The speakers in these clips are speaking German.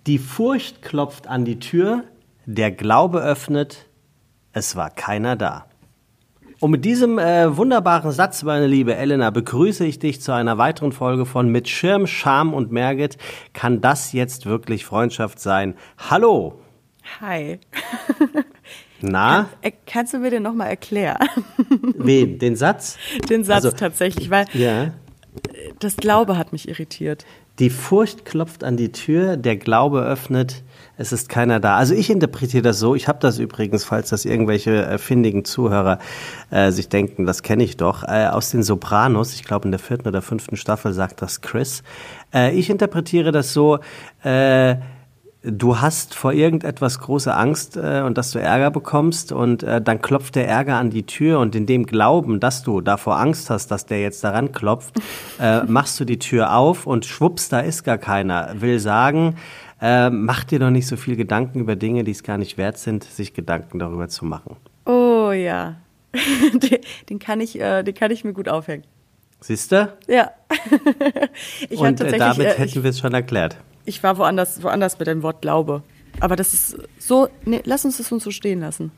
Die Furcht klopft an die Tür, der Glaube öffnet, es war keiner da. Und mit diesem wunderbaren Satz, meine liebe Elena, begrüße ich dich zu einer weiteren Folge von Mit Schirm, Scham und Merget. Kann das jetzt wirklich Freundschaft sein? Hallo! Hi. Na? Kannst du mir den nochmal erklären? Wen? Den Satz? Den Satz tatsächlich, weil das Glaube hat mich irritiert. Die Furcht klopft an die Tür, der Glaube öffnet, es ist keiner da. Also ich interpretiere das so, ich habe das übrigens, falls das irgendwelche findigen Zuhörer sich denken, das kenne ich doch, aus den Sopranos, ich glaube in der 4. oder 5. Staffel sagt das Chris. Ich interpretiere das so, du hast vor irgendetwas große Angst und dass du Ärger bekommst und dann klopft der Ärger an die Tür und in dem Glauben, dass du davor Angst hast, dass der jetzt daran klopft, machst du die Tür auf und schwupps, da ist gar keiner. Will sagen, mach dir doch nicht so viel Gedanken über Dinge, die es gar nicht wert sind, sich Gedanken darüber zu machen. Oh ja, den kann ich mir gut aufhängen. Siehst du? Ja. Und damit hätten wir es schon erklärt. Ich war woanders mit dem Wort Glaube. Aber das ist so, nee, lass uns das so stehen lassen.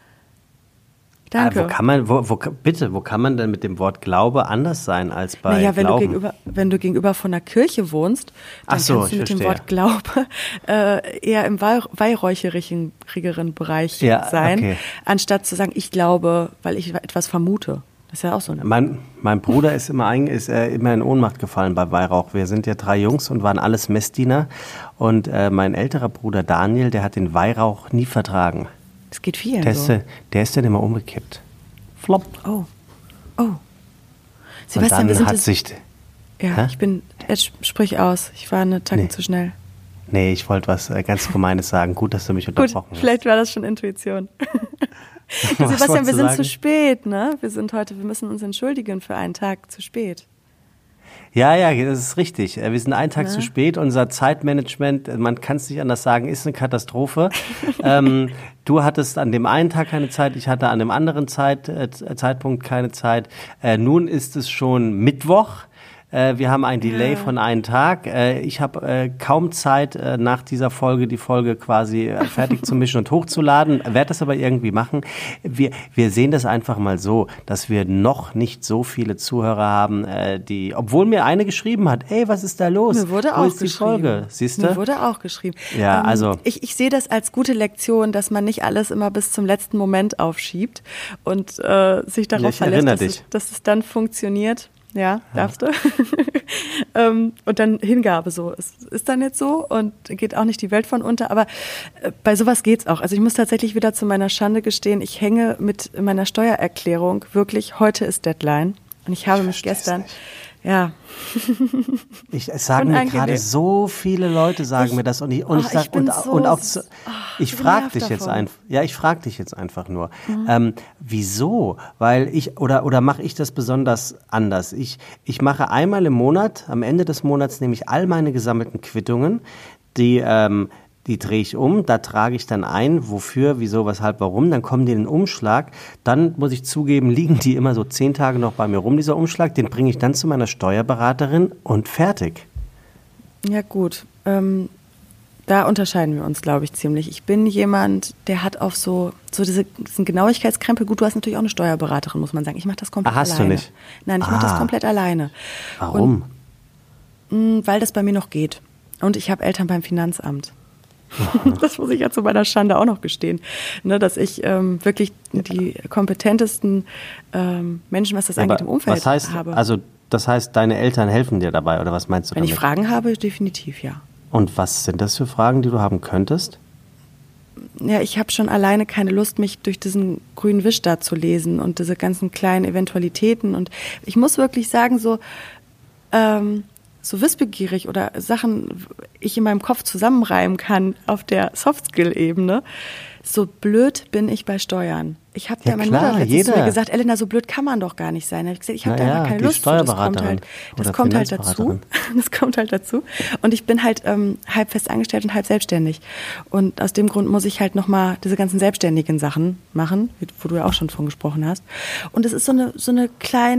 Danke. Wo kann man denn mit dem Wort Glaube anders sein als bei Glauben? Wenn du gegenüber von einer Kirche wohnst, dann kannst du mit dem Wort Glaube eher im weihräucherigeren Bereich sein, anstatt zu sagen, ich glaube, weil ich etwas vermute. Das ist ja auch so. Mein Bruder ist immer in Ohnmacht gefallen bei Weihrauch. Wir sind ja 3 Jungs und waren alles Messdiener. Und mein älterer Bruder Daniel, der hat den Weihrauch nie vertragen. Das geht vielen so. Der ist dann immer umgekippt. Flop. Oh. Sebastian, wir sind sprich aus. Ich war eine Tacken zu schnell. Nee, ich wollte was ganz Gemeines sagen. Gut, dass du mich unterbrochen hast. Vielleicht war das schon Intuition. Sebastian, wir sind zu spät, ne? Wir müssen uns entschuldigen für einen Tag zu spät. Ja, das ist richtig. Wir sind einen Tag zu spät. Unser Zeitmanagement, man kann es nicht anders sagen, ist eine Katastrophe. Du hattest an dem einen Tag keine Zeit, ich hatte an dem anderen Zeitpunkt keine Zeit. Nun ist es schon Mittwoch. Wir haben ein Delay von einem Tag. Ich habe kaum Zeit, nach dieser Folge die Folge quasi fertig zu mischen und hochzuladen. Werde das aber irgendwie machen. Wir sehen das einfach mal so, dass wir noch nicht so viele Zuhörer haben, obwohl mir eine geschrieben hat, ey, was ist da los? Mir wurde auch geschrieben. Folge? Siehst du? Mir wurde auch geschrieben. Ja, also. Ich sehe das als gute Lektion, dass man nicht alles immer bis zum letzten Moment aufschiebt und sich darauf verlässt, dass es dann funktioniert. Ja, darfst du. Und dann Hingabe so. Es ist dann jetzt so und geht auch nicht die Welt von unter, aber bei sowas geht's auch. Also ich muss tatsächlich wieder zu meiner Schande gestehen, ich hänge mit meiner Steuererklärung wirklich, heute ist Deadline und ich habe mich gestern, Es sagen mir gerade so viele Leute mir das ich frage dich jetzt einfach. Ja, ich frage dich jetzt einfach nur. Wieso? Weil oder mache ich das besonders anders? Ich mache einmal im Monat, am Ende des Monats nehme ich all meine gesammelten Quittungen, die drehe ich um, da trage ich dann ein, wofür, wieso, weshalb, warum, dann kommen die in den Umschlag, dann muss ich zugeben, liegen die immer so 10 Tage noch bei mir rum, dieser Umschlag, den bringe ich dann zu meiner Steuerberaterin und fertig. Ja gut, da unterscheiden wir uns, glaube ich, ziemlich. Ich bin jemand, der hat auf so diesen Genauigkeitskrempel, gut, du hast natürlich auch eine Steuerberaterin, muss man sagen, ich mache das komplett alleine. Hast du nicht? Nein, ich mache das komplett alleine. Warum? Weil das bei mir noch geht und ich habe Eltern beim Finanzamt. Das muss ich ja zu meiner Schande auch noch gestehen, ne, dass ich wirklich die kompetentesten Menschen, was das angeht, im Umfeld habe. Also das heißt, deine Eltern helfen dir dabei, oder was meinst du damit? Wenn ich Fragen habe, definitiv ja. Und was sind das für Fragen, die du haben könntest? Ja, ich habe schon alleine keine Lust, mich durch diesen grünen Wisch da zu lesen und diese ganzen kleinen Eventualitäten. Und ich muss wirklich sagen, so wissbegierig oder Sachen ich in meinem Kopf zusammenreimen kann auf der Softskill-Ebene, so blöd bin ich bei Steuern. Ich habe meine Mutter letztens zu mir gesagt, Elena, so blöd kann man doch gar nicht sein. Ich habe da einfach keine Lust zu. Das kommt halt dazu. Das kommt halt dazu. Und ich bin halt halb fest angestellt und halb selbstständig. Und aus dem Grund muss ich halt nochmal diese ganzen selbstständigen Sachen machen, wo du ja auch schon von gesprochen hast. Und es ist so eine kleine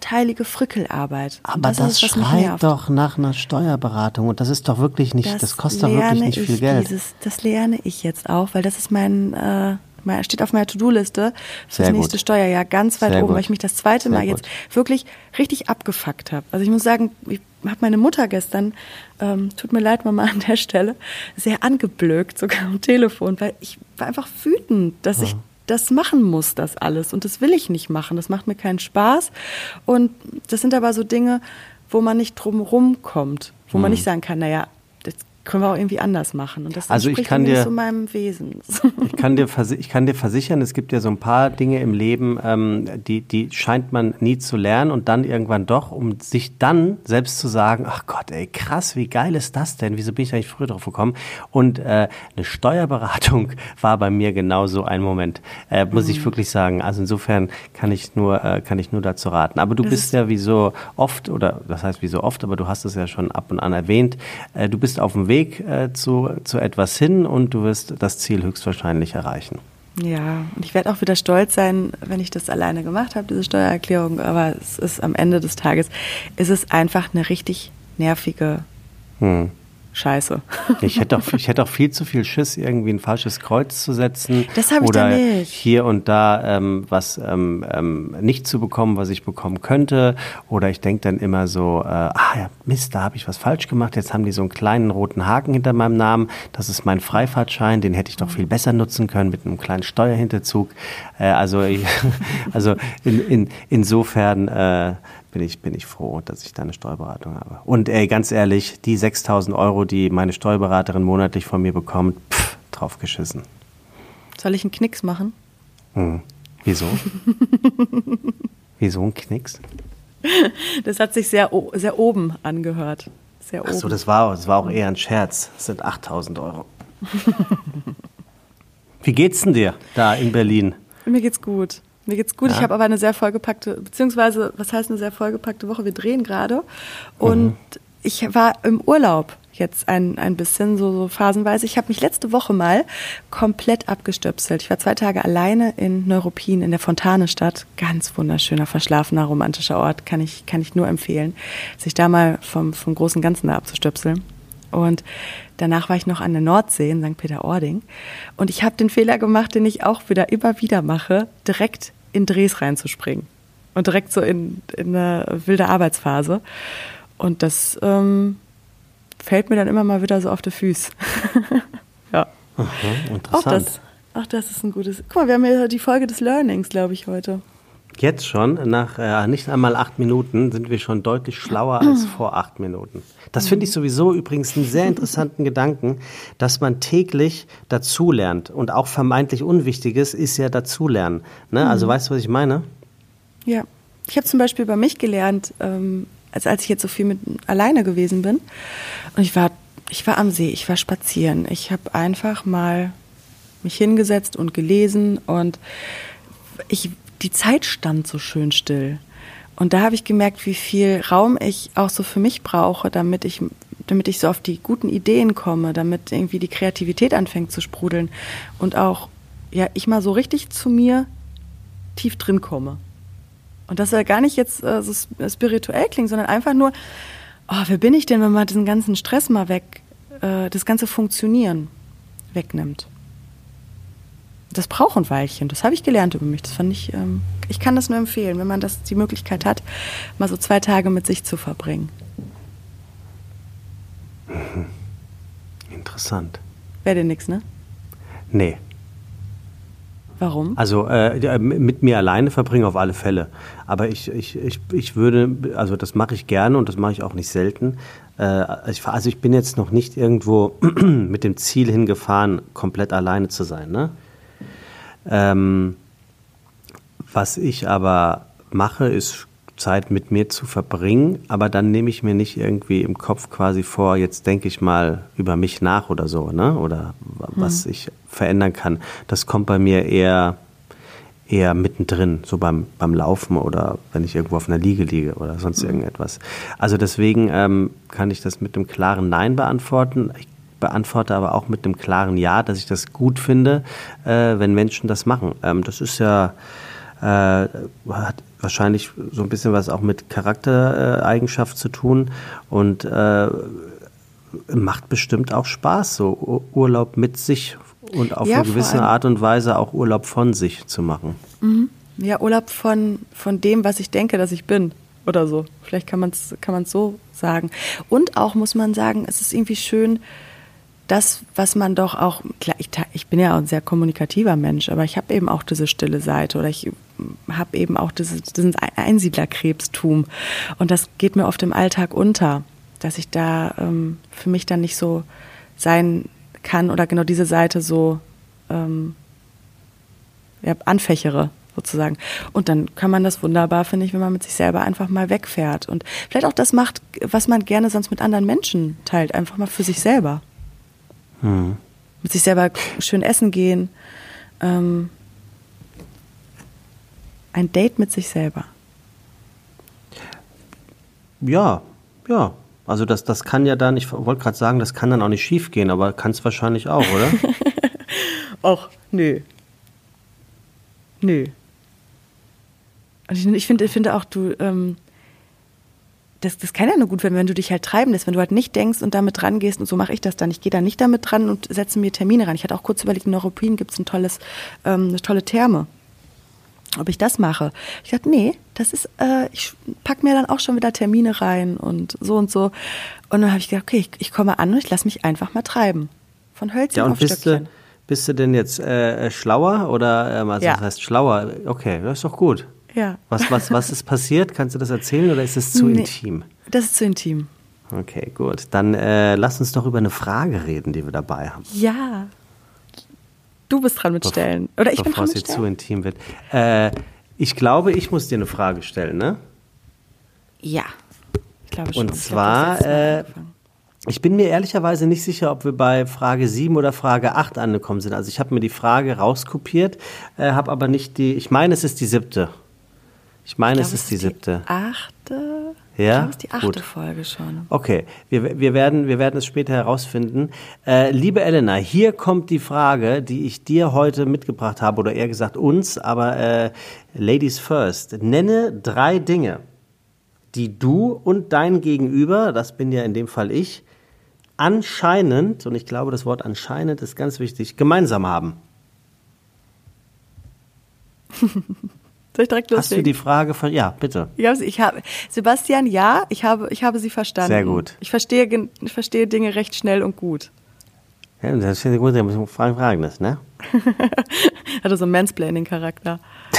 nachteilige Frickelarbeit. Aber das schreit doch nach einer Steuerberatung und das ist doch wirklich nicht, das kostet doch wirklich nicht viel Geld. Das lerne ich jetzt auch, weil das ist steht auf meiner To-Do-Liste für das nächste Steuerjahr ganz weit oben, weil ich mich das zweite Mal jetzt wirklich richtig abgefuckt habe. Also ich muss sagen, ich habe meine Mutter gestern, tut mir leid, Mama, an der Stelle, sehr angeblökt, sogar am Telefon, weil ich war einfach wütend, dass ich das machen muss, das alles. Und das will ich nicht machen. Das macht mir keinen Spaß. Und das sind aber so Dinge, wo man nicht drum rumkommt, wo man nicht sagen kann, naja, können wir auch irgendwie anders machen. Und das entspricht nicht so meinem Wesen. Ich kann dir versichern, es gibt ja so ein paar Dinge im Leben, die scheint man nie zu lernen und dann irgendwann doch, um sich dann selbst zu sagen, ach Gott, ey, krass, wie geil ist das denn? Wieso bin ich da nicht früher drauf gekommen? Und eine Steuerberatung war bei mir genau so ein Moment, muss ich wirklich sagen. Also insofern kann ich nur dazu raten. Aber du bist ja wie so oft, oder das heißt wie so oft, aber du hast es ja schon ab und an erwähnt, du bist auf dem Weg zu etwas hin und du wirst das Ziel höchstwahrscheinlich erreichen. Ja, und ich werde auch wieder stolz sein, wenn ich das alleine gemacht habe, diese Steuererklärung, aber es ist am Ende des Tages, ist es einfach eine richtig nervige Scheiße. Ich hätte auch viel zu viel Schiss, irgendwie ein falsches Kreuz zu setzen. Das habe ich oder da nicht. Hier und da was nicht zu bekommen, was ich bekommen könnte. Oder ich denke dann immer so, ja, Mist, da habe ich was falsch gemacht. Jetzt haben die so einen kleinen roten Haken hinter meinem Namen. Das ist mein Freifahrtschein. Den hätte ich doch viel besser nutzen können mit einem kleinen Steuerhinterzug. Insofern bin ich froh, dass ich da eine Steuerberatung habe. Und ganz ehrlich, die 6.000 €, die meine Steuerberaterin monatlich von mir bekommt, drauf geschissen. Soll ich einen Knicks machen? Wieso? Wieso ein Knicks? Das hat sich sehr oben angehört. Sehr oben. Ach so, das war auch eher ein Scherz. Das sind 8.000 €. Wie geht's denn dir da in Berlin? Mir geht's gut. Ja. Ich habe aber eine sehr vollgepackte, beziehungsweise, was heißt eine sehr vollgepackte Woche? Wir drehen gerade. Und ich war im Urlaub jetzt ein bisschen, so phasenweise. Ich habe mich letzte Woche mal komplett abgestöpselt. Ich war 2 Tage alleine in Neuruppin in der Fontanestadt. Ganz wunderschöner, verschlafener, romantischer Ort. Kann ich nur empfehlen, sich da mal vom großen Ganzen da abzustöpseln. Und danach war ich noch an der Nordsee in St. Peter-Ording. Und ich habe den Fehler gemacht, den ich auch immer wieder mache, direkt in Drehs reinzuspringen. Und direkt so in eine wilde Arbeitsphase. Und das fällt mir dann immer mal wieder so auf die Füße. Ja. Aha, interessant. Auch das ist ein gutes... Guck mal, wir haben ja die Folge des Learnings, glaube ich, heute. Jetzt schon, nach nicht einmal 8 Minuten, sind wir schon deutlich schlauer als vor 8 Minuten. Das finde ich sowieso übrigens einen sehr interessanten Gedanken, dass man täglich dazulernt. Und auch vermeintlich Unwichtiges ist ja dazulernen. Ne? Also weißt du, was ich meine? Ja, ich habe zum Beispiel bei mich gelernt, als ich jetzt so viel alleine gewesen bin. Und ich war am See, ich war spazieren. Ich habe einfach mal mich hingesetzt und gelesen und die Zeit stand so schön still. Und da habe ich gemerkt, wie viel Raum ich auch so für mich brauche, damit ich so auf die guten Ideen komme, damit irgendwie die Kreativität anfängt zu sprudeln und auch, ja, ich mal so richtig zu mir tief drin komme. Und das soll gar nicht jetzt so spirituell klingen, sondern einfach nur, wer bin ich denn, wenn man diesen ganzen Stress mal das ganze Funktionieren wegnimmt. Das braucht ein Weilchen. Das habe ich gelernt über mich. Das fand ich, ich kann das nur empfehlen, wenn man die Möglichkeit hat, mal so 2 Tage mit sich zu verbringen. Interessant. Wäre dir nix, ne? Nee. Warum? Also mit mir alleine verbringen auf alle Fälle. Aber ich würde, also das mache ich gerne und das mache ich auch nicht selten. Also ich bin jetzt noch nicht irgendwo mit dem Ziel hingefahren, komplett alleine zu sein, ne? Was ich aber mache, ist Zeit mit mir zu verbringen, aber dann nehme ich mir nicht irgendwie im Kopf quasi vor, jetzt denke ich mal über mich nach oder so, ne? Oder was ich verändern kann. Das kommt bei mir eher mittendrin, so beim Laufen oder wenn ich irgendwo auf einer Liege liege oder sonst irgendetwas. Also deswegen kann ich das mit einem klaren Nein beantworten. Ich beantworte aber auch mit einem klaren Ja, dass ich das gut finde, wenn Menschen das machen. Das ist ja hat wahrscheinlich so ein bisschen was auch mit Charaktereigenschaft zu tun und macht bestimmt auch Spaß, so Urlaub mit sich und auf eine gewisse Art und Weise auch Urlaub von sich zu machen. Mhm. Ja, Urlaub von dem, was ich denke, dass ich bin oder so. Vielleicht kann man's so sagen. Und auch muss man sagen, es ist irgendwie schön, das, was man doch auch, klar, ich bin ja auch ein sehr kommunikativer Mensch, aber ich habe eben auch diese stille Seite oder ich habe eben auch diesen Einsiedlerkrebstum und das geht mir oft im Alltag unter, dass ich da für mich dann nicht so sein kann oder genau diese Seite so anfächere sozusagen. Und dann kann man das wunderbar, finde ich, wenn man mit sich selber einfach mal wegfährt und vielleicht auch das macht, was man gerne sonst mit anderen Menschen teilt, einfach mal für sich selber. Mit sich selber schön essen gehen. Ein Date mit sich selber. Ja. Also das kann ja dann, ich wollte gerade sagen, das kann dann auch nicht schief gehen, aber kann es wahrscheinlich auch, oder? Och, nö. Und ich finde auch, du, das kann ja nur gut werden, wenn du dich halt treiben lässt, wenn du halt nicht denkst und damit rangehst und so mache ich das dann. Ich gehe da nicht damit dran und setze mir Termine ran. Ich hatte auch kurz überlegt, in Neuruppin gibt es eine tolle Therme, ob ich das mache. Ich dachte, nee, das ist, ich packe mir dann auch schon wieder Termine rein und so. Und dann habe ich gedacht, okay, ich komme an und ich lasse mich einfach mal treiben. Von Hölzchen auf Stöckchen. Bist du denn jetzt schlauer oder was heißt schlauer? Okay, das ist doch gut. Ja. Was ist passiert? Kannst du das erzählen oder ist es zu intim? Das ist zu intim. Okay, gut. Dann lass uns doch über eine Frage reden, die wir dabei haben. Ja. Du bist dran mit Stellen. Oder ich bin dran mit Stellen. Bevor es zu intim wird. Ich glaube, ich muss dir eine Frage stellen, ne? Ja. Ich glaube schon. Und zwar, ich bin mir ehrlicherweise nicht sicher, ob wir bei Frage 7 oder Frage 8 angekommen sind. Also ich habe mir die Frage rauskopiert, habe aber nicht ich meine, es ist die 7. Ich meine, es ist die 7. Die 8. Ja? Ich glaube, es ist die 8. Folge schon. Okay, wir werden es später herausfinden. Liebe Elena, hier kommt die Frage, die ich dir heute mitgebracht habe, oder eher gesagt uns, aber Ladies first. Nenne 3 Dinge, die du und dein Gegenüber, das bin ja in dem Fall ich, anscheinend, und ich glaube, das Wort anscheinend ist ganz wichtig, gemeinsam haben. Soll ich direkt loslegen? Hast du die Frage von, ja, bitte. Sebastian, ja, ich habe sie verstanden. Sehr gut. Ich verstehe Dinge recht schnell und gut. Ja, das ist ja gut, da müssen wir fragen das, ne? Hatte so einen Mansplaining-Charakter.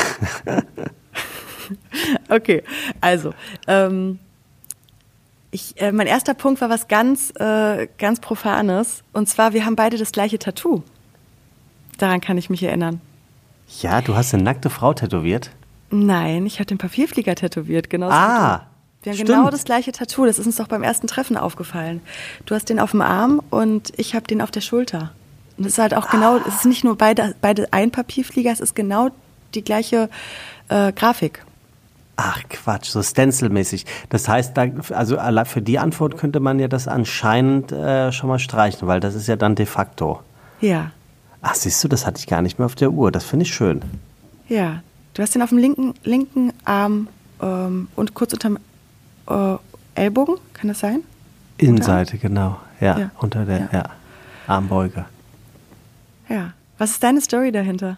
Okay, also, mein erster Punkt war was ganz Profanes. Und zwar, wir haben beide das gleiche Tattoo. Daran kann ich mich erinnern. Ja, du hast eine nackte Frau tätowiert? Nein, ich habe den Papierflieger tätowiert. Genauso wir haben genau das gleiche Tattoo. Das ist uns doch beim ersten Treffen aufgefallen. Du hast den auf dem Arm und ich habe den auf der Schulter. Und es ist halt auch genau, es ist nicht nur beide ein Papierflieger, es ist genau die gleiche Grafik. Ach Quatsch, so stencilmäßig. Das heißt, also für die Antwort könnte man ja das anscheinend schon mal streichen, weil das ist ja dann de facto. Ja. Ach, siehst du, das hatte ich gar nicht mehr auf der Uhr. Das finde ich schön. Ja, du hast den auf dem linken Arm und kurz unterm Ellbogen, kann das sein? Innenseite, genau. Ja, unter der Armbeuge. Ja. Was ist deine Story dahinter?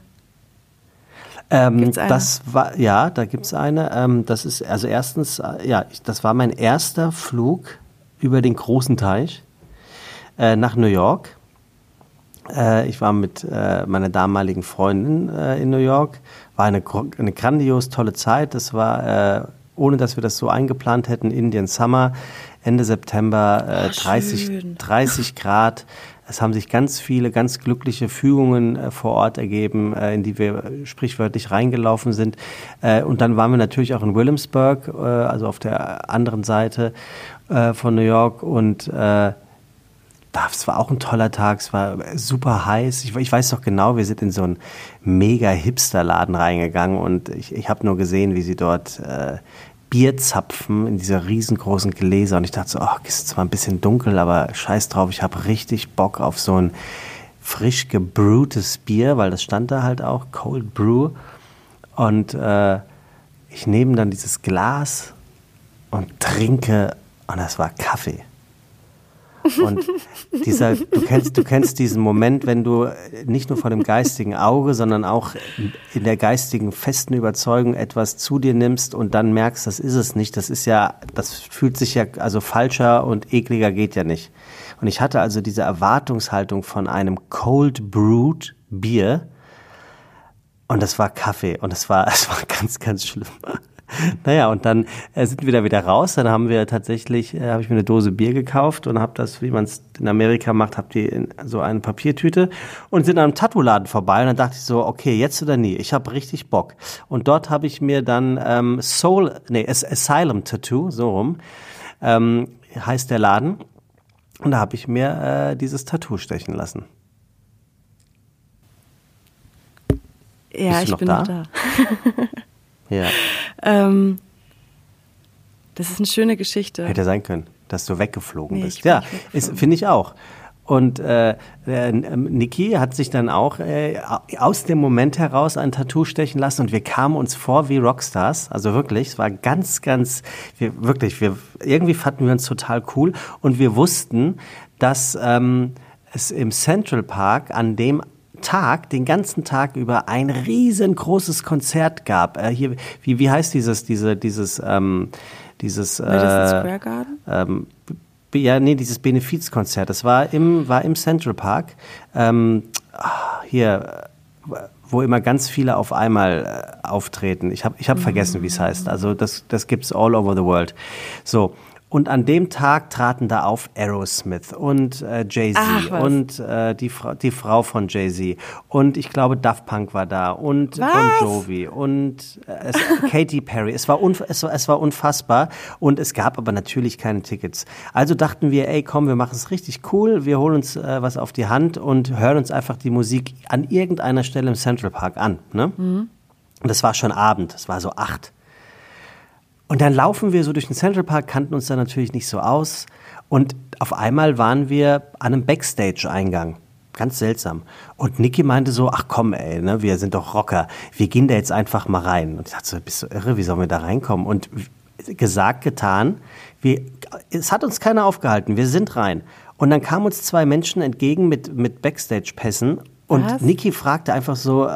Das war, ja, da gibt's eine. Das ist, also erstens, das war mein erster Flug über den großen Teich nach New York. Ich war mit meiner damaligen Freundin in New York. War eine grandios tolle Zeit. Das war, ohne dass wir das so eingeplant hätten, Indian Summer, Ende September, 30 Grad. Es haben sich ganz viele, ganz glückliche Fügungen vor Ort ergeben, in die wir sprichwörtlich reingelaufen sind. Und dann waren wir natürlich auch in Williamsburg, also auf der anderen Seite von New York. Und es war auch ein toller Tag, es war super heiß. Ich weiß doch genau, wir sind in so einen mega Hipster-Laden reingegangen und ich habe nur gesehen, wie sie dort Bier zapfen in diese riesengroßen Gläser und ich dachte so, ist zwar ein bisschen dunkel, aber scheiß drauf, ich habe richtig Bock auf so ein frisch gebrühtes Bier, weil das stand da halt auch, Cold Brew. Und ich nehme dann dieses Glas und trinke, und das war Kaffee. Und du kennst diesen Moment, wenn du nicht nur vor dem geistigen Auge, sondern auch in der geistigen festen Überzeugung etwas zu dir nimmst und dann merkst, das ist es nicht. Das fühlt sich ja, also falscher und ekliger geht ja nicht. Und ich hatte also diese Erwartungshaltung von einem Cold Brewed Bier und das war Kaffee und es war ganz, ganz schlimm. Naja, und dann sind wir da wieder raus. Dann habe ich mir eine Dose Bier gekauft und habe das, wie man es in Amerika macht, habe die in so eine Papiertüte und sind an einem Tattoo-Laden vorbei. Und dann dachte ich so, okay, jetzt oder nie. Ich habe richtig Bock. Und dort habe ich mir dann Asylum Tattoo, so rum, heißt der Laden. Und da habe ich mir dieses Tattoo stechen lassen. Ja, ich bin noch da. Ja. Das ist eine schöne Geschichte. Hätte sein können, dass du weggeflogen bist. Ja, finde ich auch. Und Niki hat sich dann auch aus dem Moment heraus ein Tattoo stechen lassen und wir kamen uns vor wie Rockstars. Also wirklich, es war ganz, ganz, irgendwie fanden wir uns total cool und wir wussten, dass es im Central Park an dem Tag, den ganzen Tag über ein riesengroßes Konzert gab. Hier, wie heißt dieses Madison Square Garden? Dieses Benefizkonzert. Das war im Central Park. Hier, wo immer ganz viele auf einmal auftreten. Ich hab vergessen, wie es heißt. Also das gibt's all over the world. So. Und an dem Tag traten da auf Aerosmith und Jay-Z und die Frau von Jay-Z und ich glaube Daft Punk war da und Bon Jovi und Katy Perry. Es war unfassbar und es gab aber natürlich keine Tickets. Also dachten wir, ey komm, wir machen es richtig cool, wir holen uns was auf die Hand und hören uns einfach die Musik an irgendeiner Stelle im Central Park an. Ne? Mhm. Und es war schon Abend, es war so 8. Und dann laufen wir so durch den Central Park, kannten uns da natürlich nicht so aus. Und auf einmal waren wir an einem Backstage-Eingang. Ganz seltsam. Und Niki meinte so, ach komm ey, ne, wir sind doch Rocker. Wir gehen da jetzt einfach mal rein. Und ich dachte so, bist du irre, wie sollen wir da reinkommen? Und gesagt, getan. Es hat uns keiner aufgehalten. Wir sind rein. Und dann kamen uns 2 Menschen entgegen mit Backstage-Pässen. Und Niki fragte einfach so,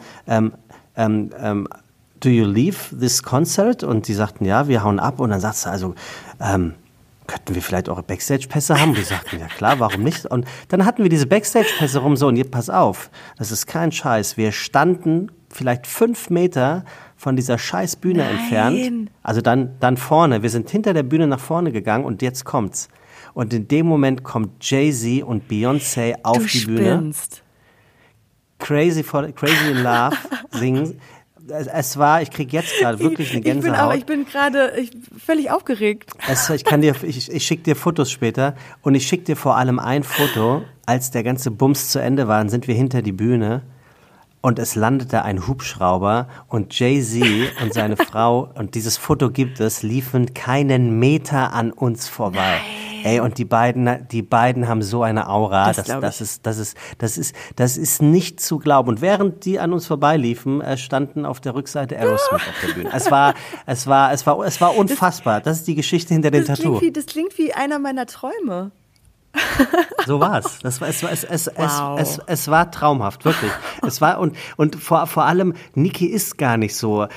do you leave this concert? Und die sagten, ja, wir hauen ab. Und dann sagt sie also, könnten wir vielleicht eure Backstage-Pässe haben? Und die sagten, ja klar, warum nicht? Und dann hatten wir diese Backstage-Pässe rum, so, und jetzt pass auf, das ist kein Scheiß. Wir standen vielleicht 5 Meter von dieser scheiß Bühne entfernt. Also dann vorne. Wir sind hinter der Bühne nach vorne gegangen und jetzt kommt's. Und in dem Moment kommt Jay-Z und Beyoncé auf die Bühne. Crazy in Love singen. Es war, ich kriege jetzt gerade wirklich eine Gänsehaut. Ich bin gerade völlig aufgeregt. Ich schicke dir Fotos später und ich schicke dir vor allem ein Foto, als der ganze Bums zu Ende war, sind wir hinter die Bühne und es landete ein Hubschrauber und Jay-Z und seine Frau, und dieses Foto gibt es, liefen keinen Meter an uns vorbei. Nein. Ey, und die beiden haben so eine Aura, das ist nicht zu glauben. Und während die an uns vorbeiliefen, standen auf der Rückseite Aerosmith auf der Bühne. Es war unfassbar. Das ist die Geschichte hinter dem Tattoo. Das klingt wie einer meiner Träume. So war's. Es war traumhaft, wirklich. Es war und vor allem Niki ist gar nicht so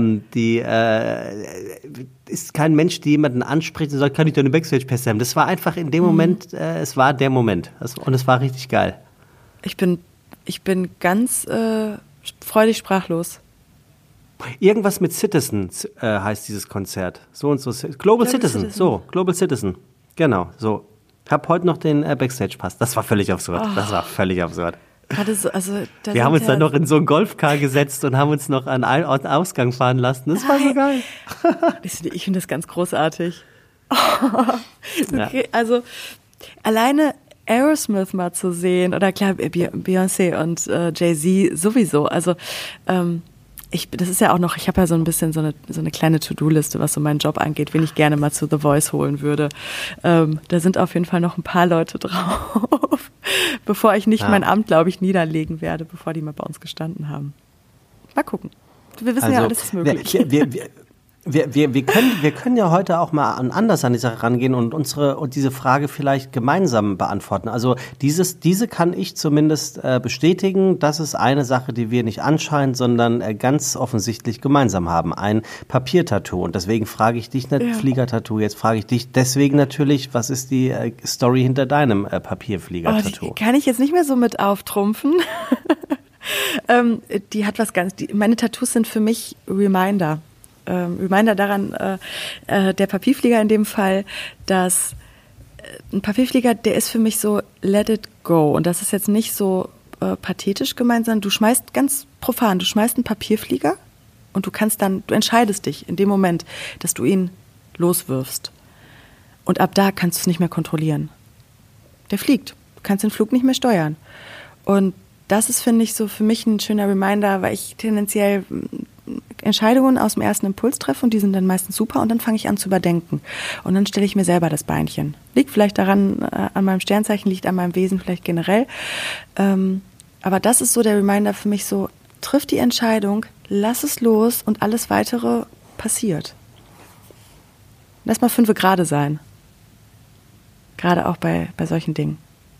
ist kein Mensch, die jemanden anspricht und sagt, kann ich deine Backstage-Pässe haben? Das war einfach in dem Moment, es war der Moment. Und es war richtig geil. Ich bin ganz freudig sprachlos. Irgendwas mit Citizen heißt dieses Konzert. So und so. Global Citizen. So, Global Citizen. Genau, so. Ich habe heute noch den Backstage-Pass. Das war völlig absurd. Wir haben uns dann noch in so ein Golfcar gesetzt und haben uns noch an einen Ausgang fahren lassen. Das war so geil. Ich finde das ganz großartig. Okay, also alleine Aerosmith mal zu sehen, oder klar, Beyoncé und Jay-Z sowieso. Also das ist ja auch noch, ich habe ja so ein bisschen so eine kleine To-Do-Liste, was so meinen Job angeht, wen ich gerne mal zu The Voice holen würde. Da sind auf jeden Fall noch ein paar Leute drauf, bevor ich nicht mein Amt, glaube ich, niederlegen werde, bevor die mal bei uns gestanden haben. Mal gucken. Wir wissen ja, alles ist möglich. Wir können ja heute auch mal anders an die Sache rangehen und diese Frage vielleicht gemeinsam beantworten. Also diese kann ich zumindest bestätigen. Das ist eine Sache, die wir nicht anscheinend, sondern ganz offensichtlich gemeinsam haben. Ein Papiertattoo. Und deswegen frage ich dich nicht, Fliegertattoo. Jetzt frage ich dich deswegen natürlich, was ist die Story hinter deinem Papierfliegertattoo? Die kann ich jetzt nicht mehr so mit auftrumpfen. Die hat meine Tattoos sind für mich Reminder. Reminder daran, der Papierflieger in dem Fall, dass ein Papierflieger, der ist für mich so let it go. Und das ist jetzt nicht so pathetisch gemeint, sondern du schmeißt ganz profan, du schmeißt einen Papierflieger und du entscheidest dich in dem Moment, dass du ihn loswirfst. Und ab da kannst du es nicht mehr kontrollieren. Der fliegt. Du kannst den Flug nicht mehr steuern. Und das ist, finde ich, so für mich ein schöner Reminder, weil ich tendenziell Entscheidungen aus dem ersten Impuls treffe und die sind dann meistens super und dann fange ich an zu überdenken. Und dann stelle ich mir selber das Beinchen. Liegt vielleicht daran, an meinem Sternzeichen, liegt an meinem Wesen vielleicht generell. Aber das ist so der Reminder für mich so, triff die Entscheidung, lass es los und alles Weitere passiert. Lass mal 5 Grade sein. Gerade auch bei solchen Dingen.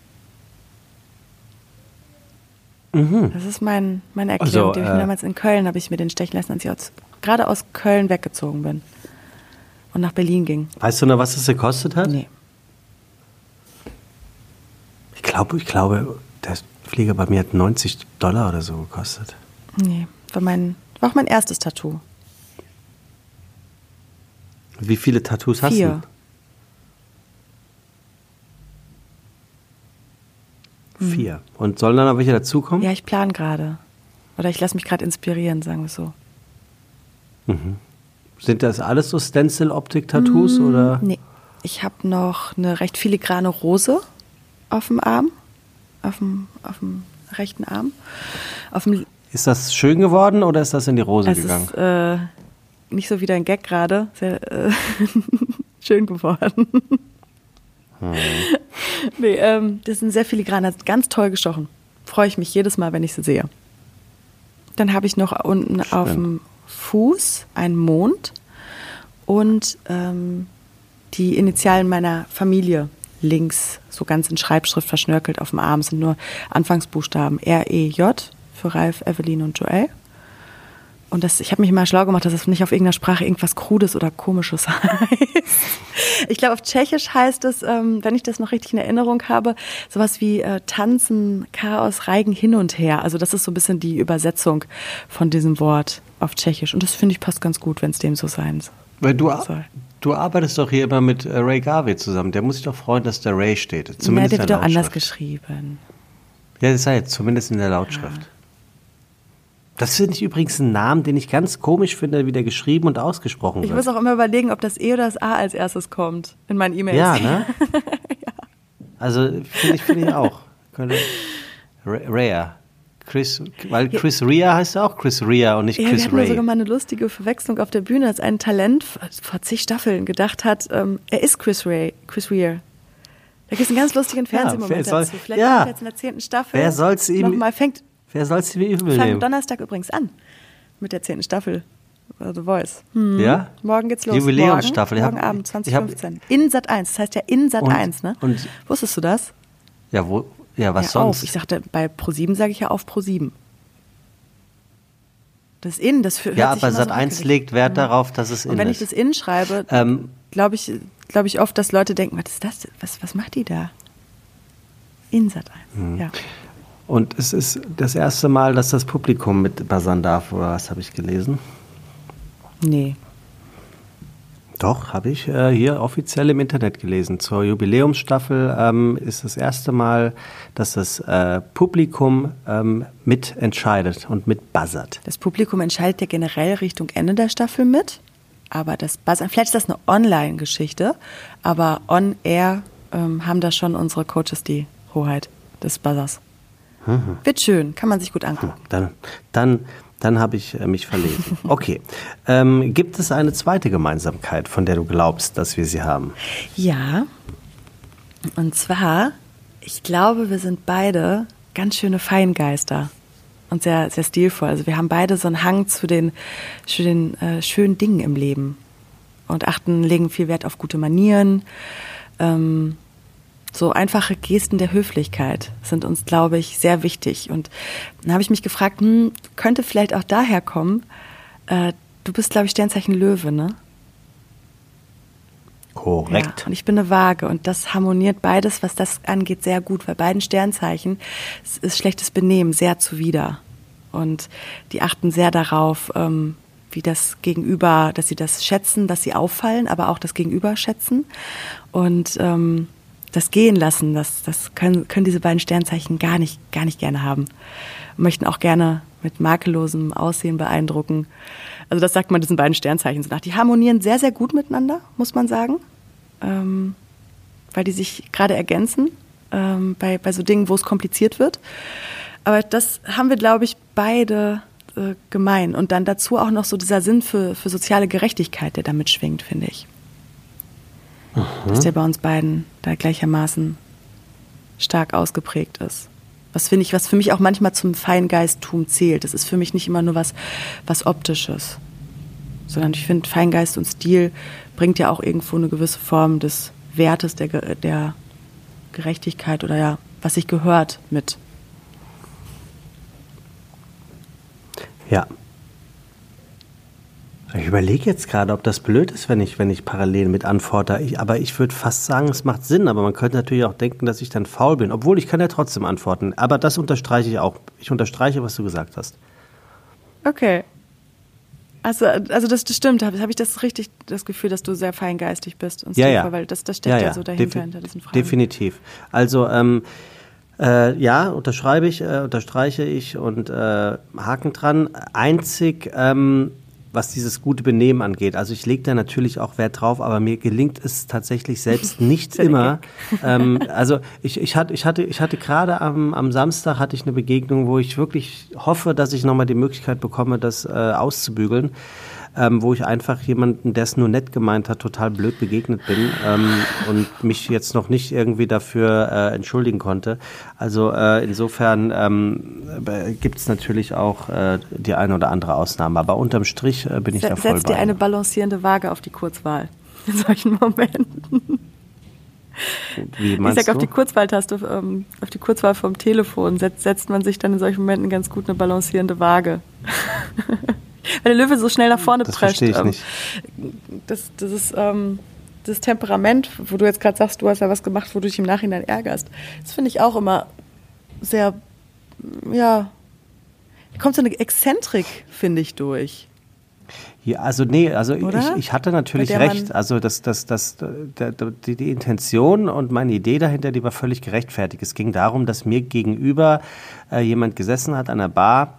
Das ist meine Erklärung, die ich mir damals in Köln habe ich mir den stechen lassen, als ich gerade aus Köln weggezogen bin und nach Berlin ging. Weißt du noch, was es gekostet hat? Nee. Ich glaube, der Flieger bei mir hat $90 oder so gekostet. Nee, war auch mein erstes Tattoo. Wie viele Tattoos hast du? 4. Und sollen dann noch welche dazukommen? Ja, ich plane gerade. Oder ich lasse mich gerade inspirieren, sagen wir so. Mhm. Sind das alles so Stencil-Optik-Tattoos? Oder? Nee. Ich habe noch eine recht filigrane Rose auf dem Arm. Auf dem rechten Arm. Ist das schön geworden oder ist das in die Rose gegangen? Es ist nicht so wie dein Gag gerade. Sehr schön geworden. Nee, das sind sehr filigrane, ganz toll gestochen. Freue ich mich jedes Mal, wenn ich sie sehe. Dann habe ich noch unten auf dem Fuß einen Mond und die Initialen meiner Familie links, so ganz in Schreibschrift verschnörkelt auf dem Arm, sind nur Anfangsbuchstaben R-E-J für Ralf, Evelyn und Joel. Und ich habe mich mal schlau gemacht, dass das nicht auf irgendeiner Sprache irgendwas Krudes oder Komisches heißt. Ich glaube, auf Tschechisch heißt es, wenn ich das noch richtig in Erinnerung habe, sowas wie Tanzen, Chaos, Reigen hin und her. Also das ist so ein bisschen die Übersetzung von diesem Wort auf Tschechisch. Und das finde ich passt ganz gut, wenn es dem so sein soll. Weil du arbeitest doch hier immer mit Ray Garvey zusammen. Der muss sich doch freuen, dass der Ray steht. Zumindest der wird doch anders geschrieben. Ja, das sei jetzt zumindest in der Lautschrift. Ja. Das finde ich übrigens einen Namen, den ich ganz komisch finde, wie der geschrieben und ausgesprochen wird. Ich muss auch immer überlegen, ob das E oder das A als erstes kommt in meinen E-Mails. Ja, ne? Ja. Also finde ich auch. Rhea. Weil Chris Rea heißt ja auch Chris Rea und nicht Chris Ray. Wir hatten sogar mal eine lustige Verwechslung auf der Bühne, als ein Talent vor zig Staffeln gedacht hat, er ist Chris Rea. Da gibt es einen ganz lustigen Fernsehmoment dazu. Vielleicht kommt jetzt in der 10. Staffel. Wer soll es ihm übel nehmen? Donnerstag übrigens an mit der 10. Staffel The Voice. Ja? Morgen geht's los. Jubiläumsstaffel. Morgen Abend 2015. In Sat.1. Das heißt ja in Sat.1, ne? Und wusstest du das? Ja, was sonst? Ich sagte, bei Pro7 sage ich ja auf Pro7. Das in, das hört sich aber Sat.1 legt Wert darauf, dass es in ist. Und wenn ich das in schreibe, glaube ich oft, dass Leute denken, was ist das? Was macht die da? In Sat.1, ja. Und es ist das erste Mal, dass das Publikum mit buzzern darf, oder was habe ich gelesen? Nee. Doch, habe ich hier offiziell im Internet gelesen. Zur Jubiläumsstaffel ist das erste Mal, dass das Publikum mitentscheidet und mitbuzzert. Das Publikum entscheidet ja generell Richtung Ende der Staffel mit, aber das Buzzern, vielleicht ist das eine Online-Geschichte, aber on-air haben da schon unsere Coaches die Hoheit des Buzzers. Wird schön, kann man sich gut angucken. Dann habe ich mich verlesen. Okay. Gibt es eine zweite Gemeinsamkeit, von der du glaubst, dass wir sie haben? Ja. Und zwar, ich glaube, wir sind beide ganz schöne Feingeister. und sehr, sehr stilvoll. Also wir haben beide so einen Hang zu den schönen Dingen im Leben und legen viel Wert auf gute Manieren. So einfache Gesten der Höflichkeit sind uns, glaube ich, sehr wichtig. Und dann habe ich mich gefragt, könnte vielleicht auch daher kommen, du bist, glaube ich, Sternzeichen Löwe, ne? Korrekt. Ja, und ich bin eine Waage und das harmoniert beides, was das angeht, sehr gut, weil beiden Sternzeichen ist schlechtes Benehmen sehr zuwider. Und die achten sehr darauf, wie das Gegenüber, dass sie das schätzen, dass sie auffallen, aber auch das Gegenüber schätzen. Und das Gehen lassen, das können diese beiden Sternzeichen gar nicht gerne haben. Und möchten auch gerne mit makellosem Aussehen beeindrucken. Also das sagt man diesen beiden Sternzeichen so nach. Die harmonieren sehr, sehr gut miteinander, muss man sagen, weil die sich gerade ergänzen bei so Dingen, wo es kompliziert wird. Aber das haben wir, glaube ich, beide gemein. Und dann dazu auch noch so dieser Sinn für soziale Gerechtigkeit, der damit schwingt, finde ich. Dass der bei uns beiden da gleichermaßen stark ausgeprägt ist. Was für mich auch manchmal zum Feingeisttum zählt. Das ist für mich nicht immer nur was Optisches. Sondern ich finde, Feingeist und Stil bringt ja auch irgendwo eine gewisse Form des Wertes, der Gerechtigkeit oder ja, was sich gehört mit. Ja. Ich überlege jetzt gerade, ob das blöd ist, wenn ich parallel mit antworte. Aber ich würde fast sagen, es macht Sinn. Aber man könnte natürlich auch denken, dass ich dann faul bin. Obwohl, ich kann ja trotzdem antworten. Aber das unterstreiche ich auch. Ich unterstreiche, was du gesagt hast. Okay. Also das stimmt. Habe ich das richtig, das Gefühl, dass du sehr feingeistig bist? Und ja. Weil das steckt ja so dahinter, hinter diesen Fragen. Definitiv. Also, unterstreiche ich und Haken dran. Einzig, was dieses gute Benehmen angeht. Also ich lege da natürlich auch Wert drauf, aber mir gelingt es tatsächlich selbst nicht immer. Also ich hatte gerade am Samstag hatte ich eine Begegnung, wo ich wirklich hoffe, dass ich nochmal die Möglichkeit bekomme, das auszubügeln. Wo ich einfach jemanden, der es nur nett gemeint hat, total blöd begegnet bin und mich jetzt noch nicht irgendwie dafür entschuldigen konnte. Also insofern gibt es natürlich auch die eine oder andere Ausnahme. Aber unterm Strich bin ich da voll bei. Setz dir eine balancierende Waage auf die Kurzwahl in solchen Momenten. Wie meinst ich sag, auf die Kurzwahltaste, auf die Kurzwahl vom Telefon setzt man sich dann in solchen Momenten ganz gut eine balancierende Waage. Weil der Löwe so schnell nach vorne prescht. Verstehe ich nicht. Das ist das Temperament, wo du jetzt gerade sagst, du hast ja was gemacht, wo du dich im Nachhinein ärgerst. Das finde ich auch immer sehr, ja, da kommt so eine Exzentrik, finde ich, durch. Ja, also ich hatte natürlich recht. Also die Intention und meine Idee dahinter, die war völlig gerechtfertigt. Es ging darum, dass mir gegenüber jemand gesessen hat an der Bar,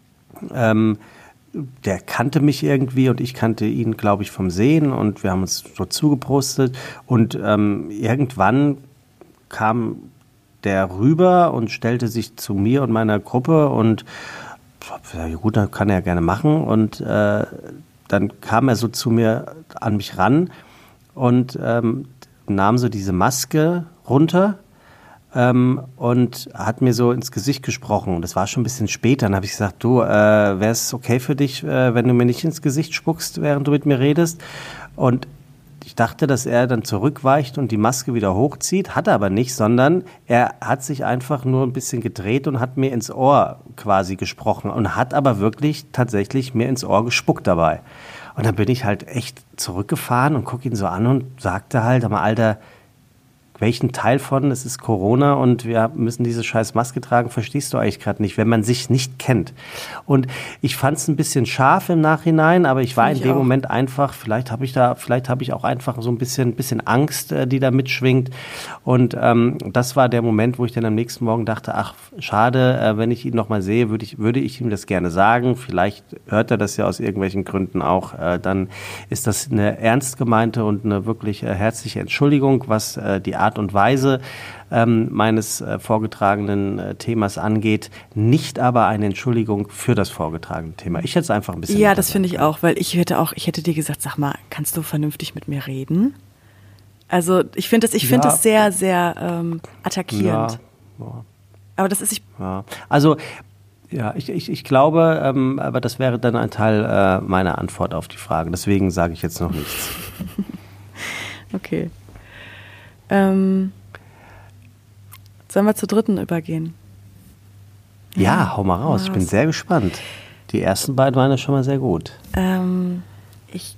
der kannte mich irgendwie und ich kannte ihn, glaube ich, vom Sehen und wir haben uns so zugeprostet und irgendwann kam der rüber und stellte sich zu mir und meiner Gruppe und ja gut, dann kann er ja gerne machen und dann kam er so zu mir, an mich ran und nahm so diese Maske runter und hat mir so ins Gesicht gesprochen. Und das war schon ein bisschen später. Dann habe ich gesagt, du, wäre es okay für dich, wenn du mir nicht ins Gesicht spuckst, während du mit mir redest? Und ich dachte, dass er dann zurückweicht und die Maske wieder hochzieht, hat er aber nicht, sondern er hat sich einfach nur ein bisschen gedreht und hat mir ins Ohr quasi gesprochen und hat aber wirklich tatsächlich mir ins Ohr gespuckt dabei. Und dann bin ich halt echt zurückgefahren und gucke ihn so an und sagte halt, aber Alter, welchen Teil von, es ist Corona und wir müssen diese scheiß Maske tragen, verstehst du eigentlich gerade nicht, wenn man sich nicht kennt. Und ich fand es ein bisschen scharf im Nachhinein, aber ich war in dem Moment einfach, vielleicht habe ich auch einfach so ein bisschen Angst, die da mitschwingt. Und das war der Moment, wo ich dann am nächsten Morgen dachte, ach, schade, wenn ich ihn nochmal sehe, würde ich ihm das gerne sagen. Vielleicht hört er das ja aus irgendwelchen Gründen auch. Dann ist das eine ernst gemeinte und eine wirklich herzliche Entschuldigung, was die Art und Weise meines vorgetragenen Themas angeht, nicht aber eine Entschuldigung für das vorgetragene Thema. Ich hätte es einfach ein bisschen... Ja, das finde ich auch, weil ich hätte dir gesagt, sag mal, kannst du vernünftig mit mir reden? Also ich finde das sehr, sehr attackierend. Ja. Aber das ist... Ja. Also Ja, ich glaube, aber das wäre dann ein Teil meiner Antwort auf die Frage. Deswegen sage ich jetzt noch nichts. Okay. Sollen wir zur dritten übergehen? Ja, hau mal raus. Ich bin sehr gespannt. Die ersten beiden waren ja schon mal sehr gut. Ich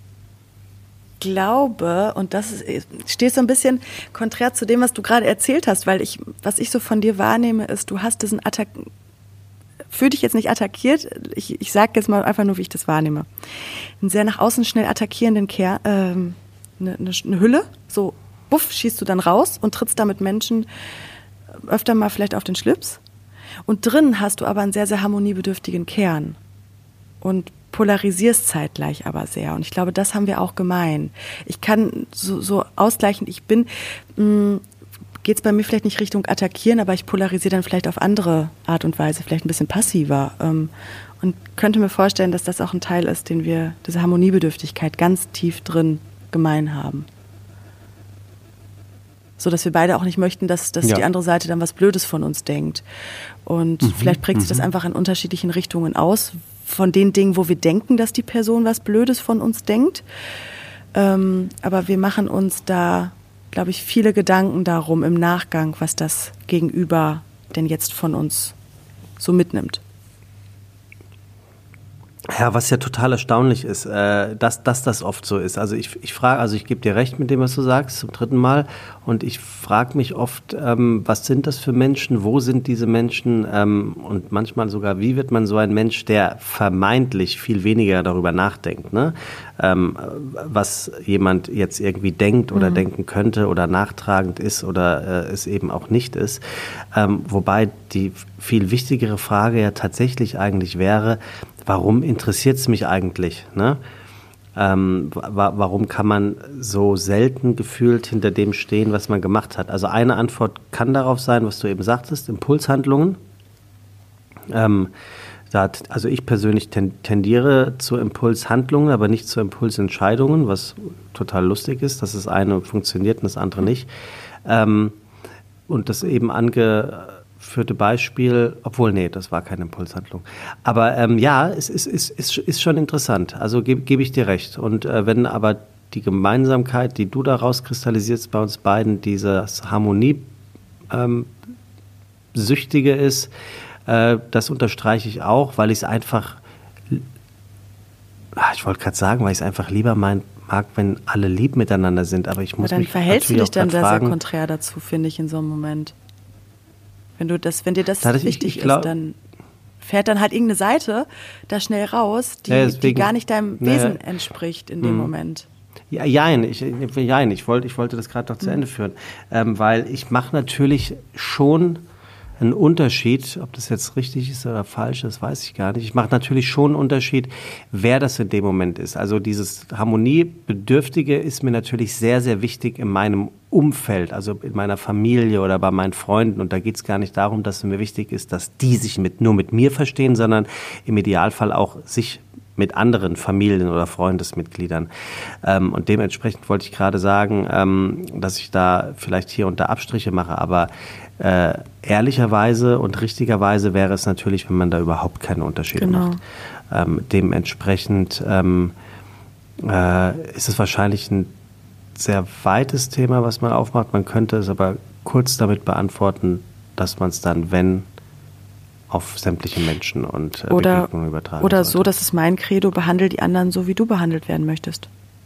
glaube, und das steht so ein bisschen konträr zu dem, was du gerade erzählt hast, weil was ich so von dir wahrnehme, ist, du hast diesen fühl dich jetzt nicht attackiert, ich sage jetzt mal einfach nur, wie ich das wahrnehme. Einen sehr nach außen schnell attackierenden eine Hülle, so buff, schießt du dann raus und trittst damit Menschen öfter mal vielleicht auf den Schlips. Und drin hast du aber einen sehr, sehr harmoniebedürftigen Kern und polarisierst zeitgleich aber sehr. Und ich glaube, das haben wir auch gemein. Ich kann so ausgleichend, geht es bei mir vielleicht nicht Richtung attackieren, aber ich polarisiere dann vielleicht auf andere Art und Weise, vielleicht ein bisschen passiver. Und könnte mir vorstellen, dass das auch ein Teil ist, den wir, diese Harmoniebedürftigkeit ganz tief drin gemein haben. So dass wir beide auch nicht möchten, dass die andere Seite dann was Blödes von uns denkt. Und vielleicht prägt sich das einfach in unterschiedlichen Richtungen aus, von den Dingen, wo wir denken, dass die Person was Blödes von uns denkt. Aber wir machen uns da, glaube ich, viele Gedanken darum im Nachgang, was das Gegenüber denn jetzt von uns so mitnimmt. Ja, was ja total erstaunlich ist, dass das oft so ist. Also ich gebe dir recht mit dem, was du sagst, zum dritten Mal. Und ich frage mich oft, was sind das für Menschen, wo sind diese Menschen und manchmal sogar, wie wird man so ein Mensch, der vermeintlich viel weniger darüber nachdenkt, ne? Was jemand jetzt irgendwie denkt oder denken könnte oder nachtragend ist oder es eben auch nicht ist. Wobei die viel wichtigere Frage ja tatsächlich eigentlich wäre, warum interessiert es mich eigentlich? Ne? Warum kann man so selten gefühlt hinter dem stehen, was man gemacht hat? Also eine Antwort kann darauf sein, was du eben sagtest, Impulshandlungen. Also ich persönlich tendiere zu Impulshandlungen, aber nicht zu Impulsentscheidungen, was total lustig ist, dass das eine funktioniert und das andere nicht. Und das eben angeführte Beispiel, obwohl, nee, das war keine Impulshandlung. Aber es ist schon interessant, also gebe ich dir recht. Und wenn aber die Gemeinsamkeit, die du daraus kristallisierst bei uns beiden, dieses Harmoniesüchtige ist, das unterstreiche ich auch, weil ich es einfach, ich wollte gerade sagen, weil ich es einfach lieber mag, wenn alle lieb miteinander sind, aber ich muss mich natürlich auch fragen. Dann verhältst du dich dann sehr konträr dazu, finde ich, in so einem Moment. Wenn dir das wichtig ist, dann fährt dann halt irgendeine Seite da schnell raus, die gar nicht deinem Wesen entspricht in dem Moment. Ja, ich wollte das gerade noch zu Ende führen, weil ich mache natürlich schon einen Unterschied, ob das jetzt richtig ist oder falsch, das weiß ich gar nicht. Ich mache natürlich schon einen Unterschied, wer das in dem Moment ist. Also dieses Harmoniebedürftige ist mir natürlich sehr, sehr wichtig in meinem Umfeld, also in meiner Familie oder bei meinen Freunden. Und da geht es gar nicht darum, dass es mir wichtig ist, dass die sich nur mit mir verstehen, sondern im Idealfall auch sich mit anderen Familien- oder Freundesmitgliedern. Und dementsprechend wollte ich gerade sagen, dass ich da vielleicht hier und da Abstriche mache, aber ehrlicherweise und richtigerweise wäre es natürlich, wenn man da überhaupt keine Unterschiede macht. Dementsprechend ist es wahrscheinlich ein sehr weites Thema, was man aufmacht. Man könnte es aber kurz damit beantworten, dass man es dann, wenn, auf sämtliche Menschen und Begegnungen übertragen oder sollte. So, das ist mein Credo, behandle die anderen so, wie du behandelt werden möchtest.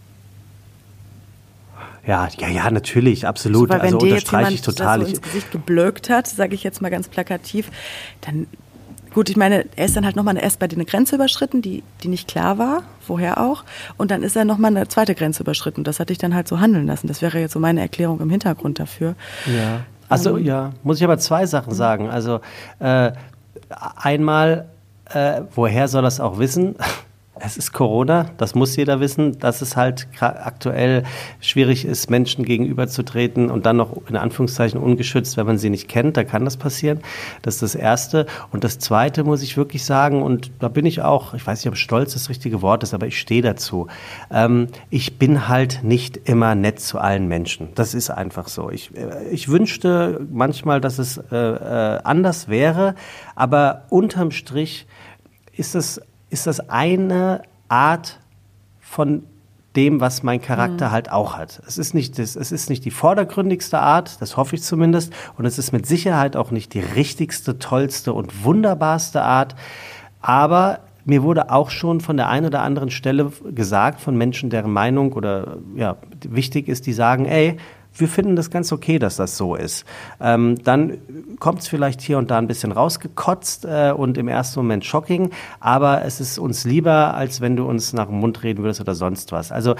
Ja, natürlich, absolut. So, weil wenn also dir jetzt unterstreiche jemand ich total. das so ins Gesicht geblökt hat, sage ich jetzt mal ganz plakativ, dann, gut, ich meine, er ist dann halt nochmal erst bei dir eine Grenze überschritten, die nicht klar war, woher auch, und dann ist er nochmal eine zweite Grenze überschritten. Das hatte ich dann halt so handeln lassen. Das wäre jetzt so meine Erklärung im Hintergrund dafür. Ja, also muss ich aber zwei Sachen sagen. Also einmal, woher soll er es auch wissen? Es ist Corona, das muss jeder wissen, dass es halt aktuell schwierig ist, Menschen gegenüberzutreten und dann noch in Anführungszeichen ungeschützt, wenn man sie nicht kennt, da kann das passieren. Das ist das Erste. Und das Zweite muss ich wirklich sagen, und da bin ich auch, ich weiß nicht, ob stolz das richtige Wort ist, aber ich stehe dazu. Ich bin halt nicht immer nett zu allen Menschen. Das ist einfach so. Ich wünschte manchmal, dass es anders wäre, aber unterm Strich ist das eine Art von dem, was mein Charakter halt auch hat. Es ist nicht die vordergründigste Art, das hoffe ich zumindest, und es ist mit Sicherheit auch nicht die richtigste, tollste und wunderbarste Art, aber mir wurde auch schon von der einen oder anderen Stelle gesagt, von Menschen, deren Meinung oder ja wichtig ist, die sagen, ey, wir finden das ganz okay, dass das so ist. Dann kommt es vielleicht hier und da ein bisschen rausgekotzt und im ersten Moment shocking, aber es ist uns lieber, als wenn du uns nach dem Mund reden würdest oder sonst was. Also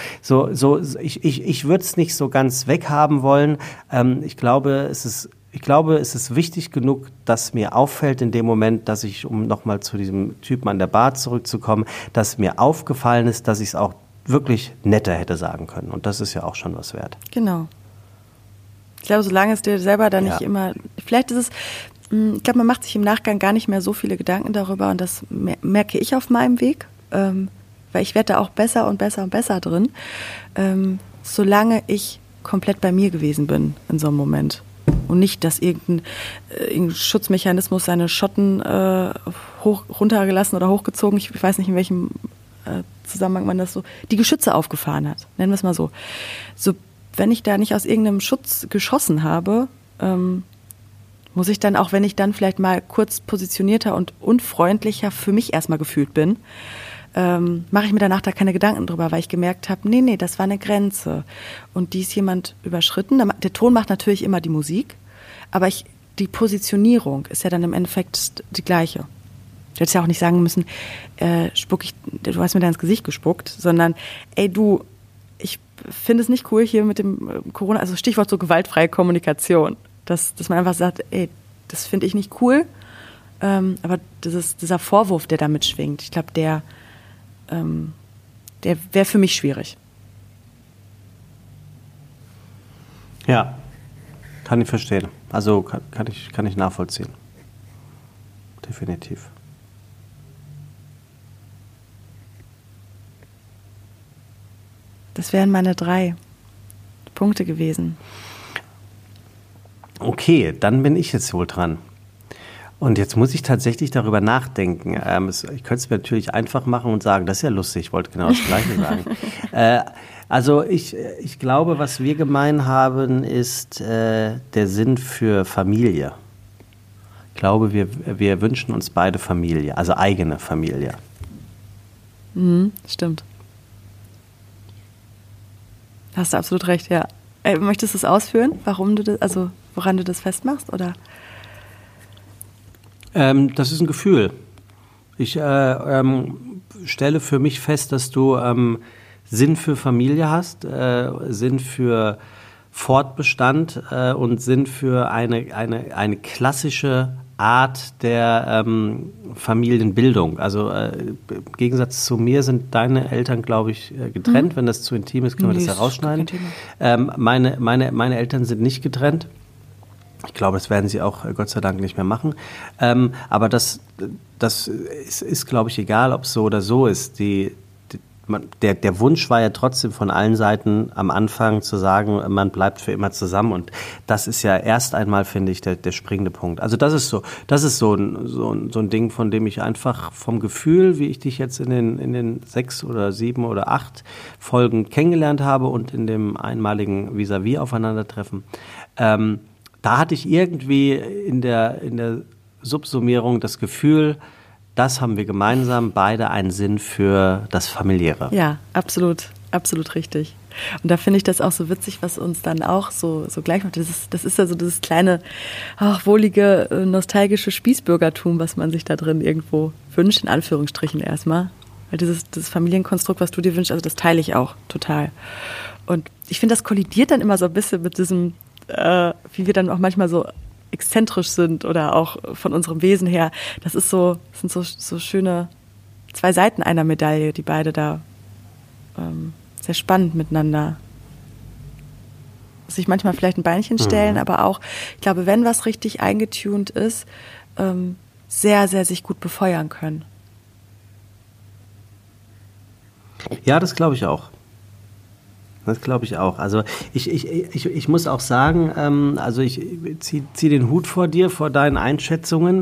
ich würde es nicht so ganz weghaben wollen. Ich glaube, es ist wichtig genug, dass mir auffällt in dem Moment, dass ich, um nochmal zu diesem Typen an der Bar zurückzukommen, dass mir aufgefallen ist, dass ich es auch wirklich netter hätte sagen können. Und das ist ja auch schon was wert. Genau. Ich glaube, solange es dir selber dann nicht immer, vielleicht ist es, ich glaube, man macht sich im Nachgang gar nicht mehr so viele Gedanken darüber und das merke ich auf meinem Weg, weil ich werde da auch besser und besser und besser drin, solange ich komplett bei mir gewesen bin in so einem Moment und nicht, dass irgendein Schutzmechanismus seine Schotten runtergelassen oder hochgezogen, ich weiß nicht, in welchem Zusammenhang man das so, die Geschütze aufgefahren hat, nennen wir es mal so. Wenn ich da nicht aus irgendeinem Schutz geschossen habe, muss ich dann, auch wenn ich dann vielleicht mal kurz positionierter und unfreundlicher für mich erstmal gefühlt bin, mache ich mir danach da keine Gedanken drüber, weil ich gemerkt habe, nee, das war eine Grenze. Und die ist jemand überschritten. Der Ton macht natürlich immer die Musik, aber die Positionierung ist ja dann im Endeffekt die gleiche. Du hättest ja auch nicht sagen müssen, du hast mir da ins Gesicht gespuckt, sondern, ey du, ich finde es nicht cool hier mit dem Corona, also Stichwort so gewaltfreie Kommunikation, dass man einfach sagt, ey, das finde ich nicht cool, aber dieser Vorwurf, der damit schwingt, ich glaube, der wäre für mich schwierig. Ja, kann ich verstehen. Also kann ich nachvollziehen. Definitiv. Das wären meine 3 Punkte gewesen. Okay, dann bin ich jetzt wohl dran. Und jetzt muss ich tatsächlich darüber nachdenken. Ich könnte es mir natürlich einfach machen und sagen, das ist ja lustig, ich wollte genau das Gleiche sagen. Also ich glaube, was wir gemein haben, ist der Sinn für Familie. Ich glaube, wir wünschen uns beide Familie, also eigene Familie. Stimmt. Hast du absolut recht, ja. Möchtest du es ausführen, warum du das, also woran du das festmachst, oder? Das ist ein Gefühl. Ich stelle für mich fest, dass du Sinn für Familie hast, Sinn für Fortbestand und Sinn für eine klassische Art der Familienbildung. Also im Gegensatz zu mir sind deine Eltern, glaube ich, getrennt. Wenn das zu intim ist, können wir das ja rausschneiden. Meine Eltern sind nicht getrennt. Ich glaube, das werden sie auch Gott sei Dank nicht mehr machen. Aber das ist, glaube ich, egal, ob es so oder so ist. Der Wunsch war ja trotzdem von allen Seiten am Anfang zu sagen, man bleibt für immer zusammen. Und das ist ja erst einmal, finde ich, der springende Punkt. Also das ist so ein Ding, von dem ich einfach vom Gefühl, wie ich dich jetzt in den 6 oder 7 oder 8 Folgen kennengelernt habe und in dem einmaligen Vis-à-vis Aufeinandertreffen, da hatte ich irgendwie in der Subsummierung das Gefühl, das haben wir gemeinsam, beide einen Sinn für das Familiäre. Ja, absolut, absolut richtig. Und da finde ich das auch so witzig, was uns dann auch so gleich macht. Das ist ja so dieses kleine, wohlige, nostalgische Spießbürgertum, was man sich da drin irgendwo wünscht, in Anführungsstrichen erstmal. Weil dieses Familienkonstrukt, was du dir wünschst, also das teile ich auch total. Und ich finde, das kollidiert dann immer so ein bisschen mit diesem, wie wir dann auch manchmal so exzentrisch sind oder auch von unserem Wesen her. Das sind so schöne zwei Seiten einer Medaille, die beide da sehr spannend miteinander sich manchmal vielleicht ein Beinchen stellen, aber auch, ich glaube, wenn was richtig eingetunt ist, sehr, sehr sich gut befeuern können. Ja, das glaube ich auch. Das glaube ich auch. Also ich muss auch sagen, also ich zieh den Hut vor dir, vor deinen Einschätzungen.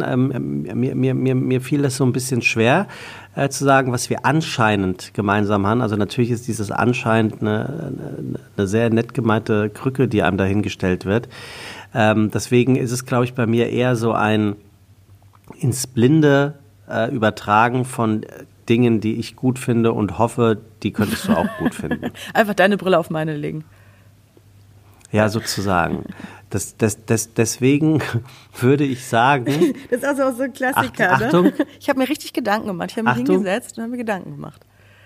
Mir fiel das so ein bisschen schwer zu sagen, was wir anscheinend gemeinsam haben. Also natürlich ist dieses anscheinend eine sehr nett gemeinte Krücke, die einem dahingestellt wird. Deswegen ist es, glaube ich, bei mir eher so ein ins Blinde Übertragen von Dingen, die ich gut finde und hoffe, die könntest du auch gut finden. Einfach deine Brille auf meine legen. Ja, sozusagen. Deswegen würde ich sagen... Das ist also auch so ein Klassiker, Achtung. Ne? Ich habe mir richtig Gedanken gemacht. Ich habe mich hingesetzt und habe mir Gedanken gemacht.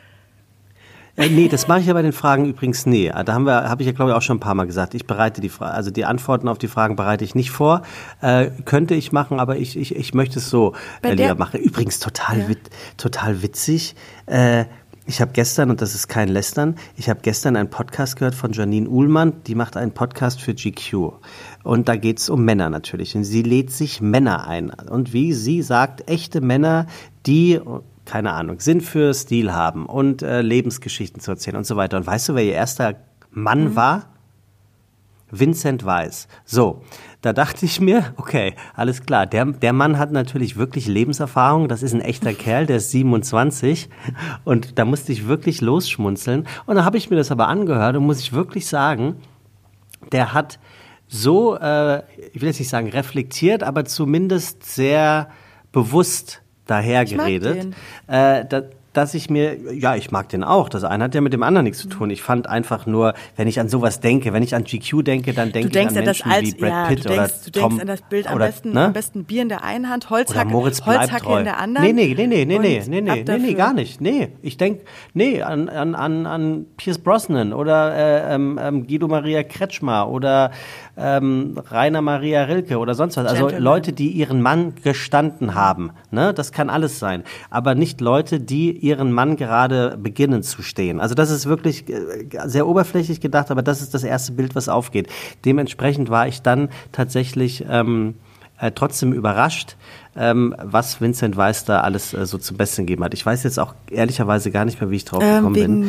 Nee, das mache ich ja bei den Fragen übrigens nie. Da habe ich ja, glaube ich, auch schon ein paar Mal gesagt. Ich bereite die Antworten auf die Fragen bereite ich nicht vor. Könnte ich machen, aber ich möchte es so lieber machen. Übrigens total witzig. Ich habe gestern, und das ist kein Lästern, ich habe gestern einen Podcast gehört von Janine Uhlmann, die macht einen Podcast für GQ. Und da geht's um Männer natürlich. Und sie lädt sich Männer ein. Und wie sie sagt, echte Männer, die... keine Ahnung, Sinn für Stil haben und Lebensgeschichten zu erzählen und so weiter. Und weißt du, wer ihr erster Mann war? Vincent Weiss. So, da dachte ich mir, okay, alles klar, der Mann hat natürlich wirklich Lebenserfahrung, das ist ein echter Kerl, der ist 27 und da musste ich wirklich losschmunzeln. Und dann habe ich mir das aber angehört und muss ich wirklich sagen, der hat so, ich will jetzt nicht sagen reflektiert, aber zumindest sehr bewusst dahergeredet, dass ich mir, ja, ich mag den auch. Das eine hat ja mit dem anderen nichts zu tun. Ich fand einfach nur, wenn ich an sowas denke, wenn ich an GQ denke, dann denke ich an Menschen wie Brad Pitt oder Tom. Du denkst an das Bild am besten Bier in der einen Hand, Holzhacke in der anderen. Nee, gar nicht. Nee, ich denke, an Pierce Brosnan oder Guido Maria Kretschmer oder Rainer Maria Rilke oder sonst was. Also Gentleman. Leute, die ihren Mann gestanden haben. Ne? Das kann alles sein. Aber nicht Leute, die ihren Mann gerade beginnen zu stehen. Also das ist wirklich sehr oberflächlich gedacht, aber das ist das erste Bild, was aufgeht. Dementsprechend war ich dann tatsächlich trotzdem überrascht, was Vincent Weiss da alles so zum Besten gegeben hat. Ich weiß jetzt auch ehrlicherweise gar nicht mehr, wie ich drauf gekommen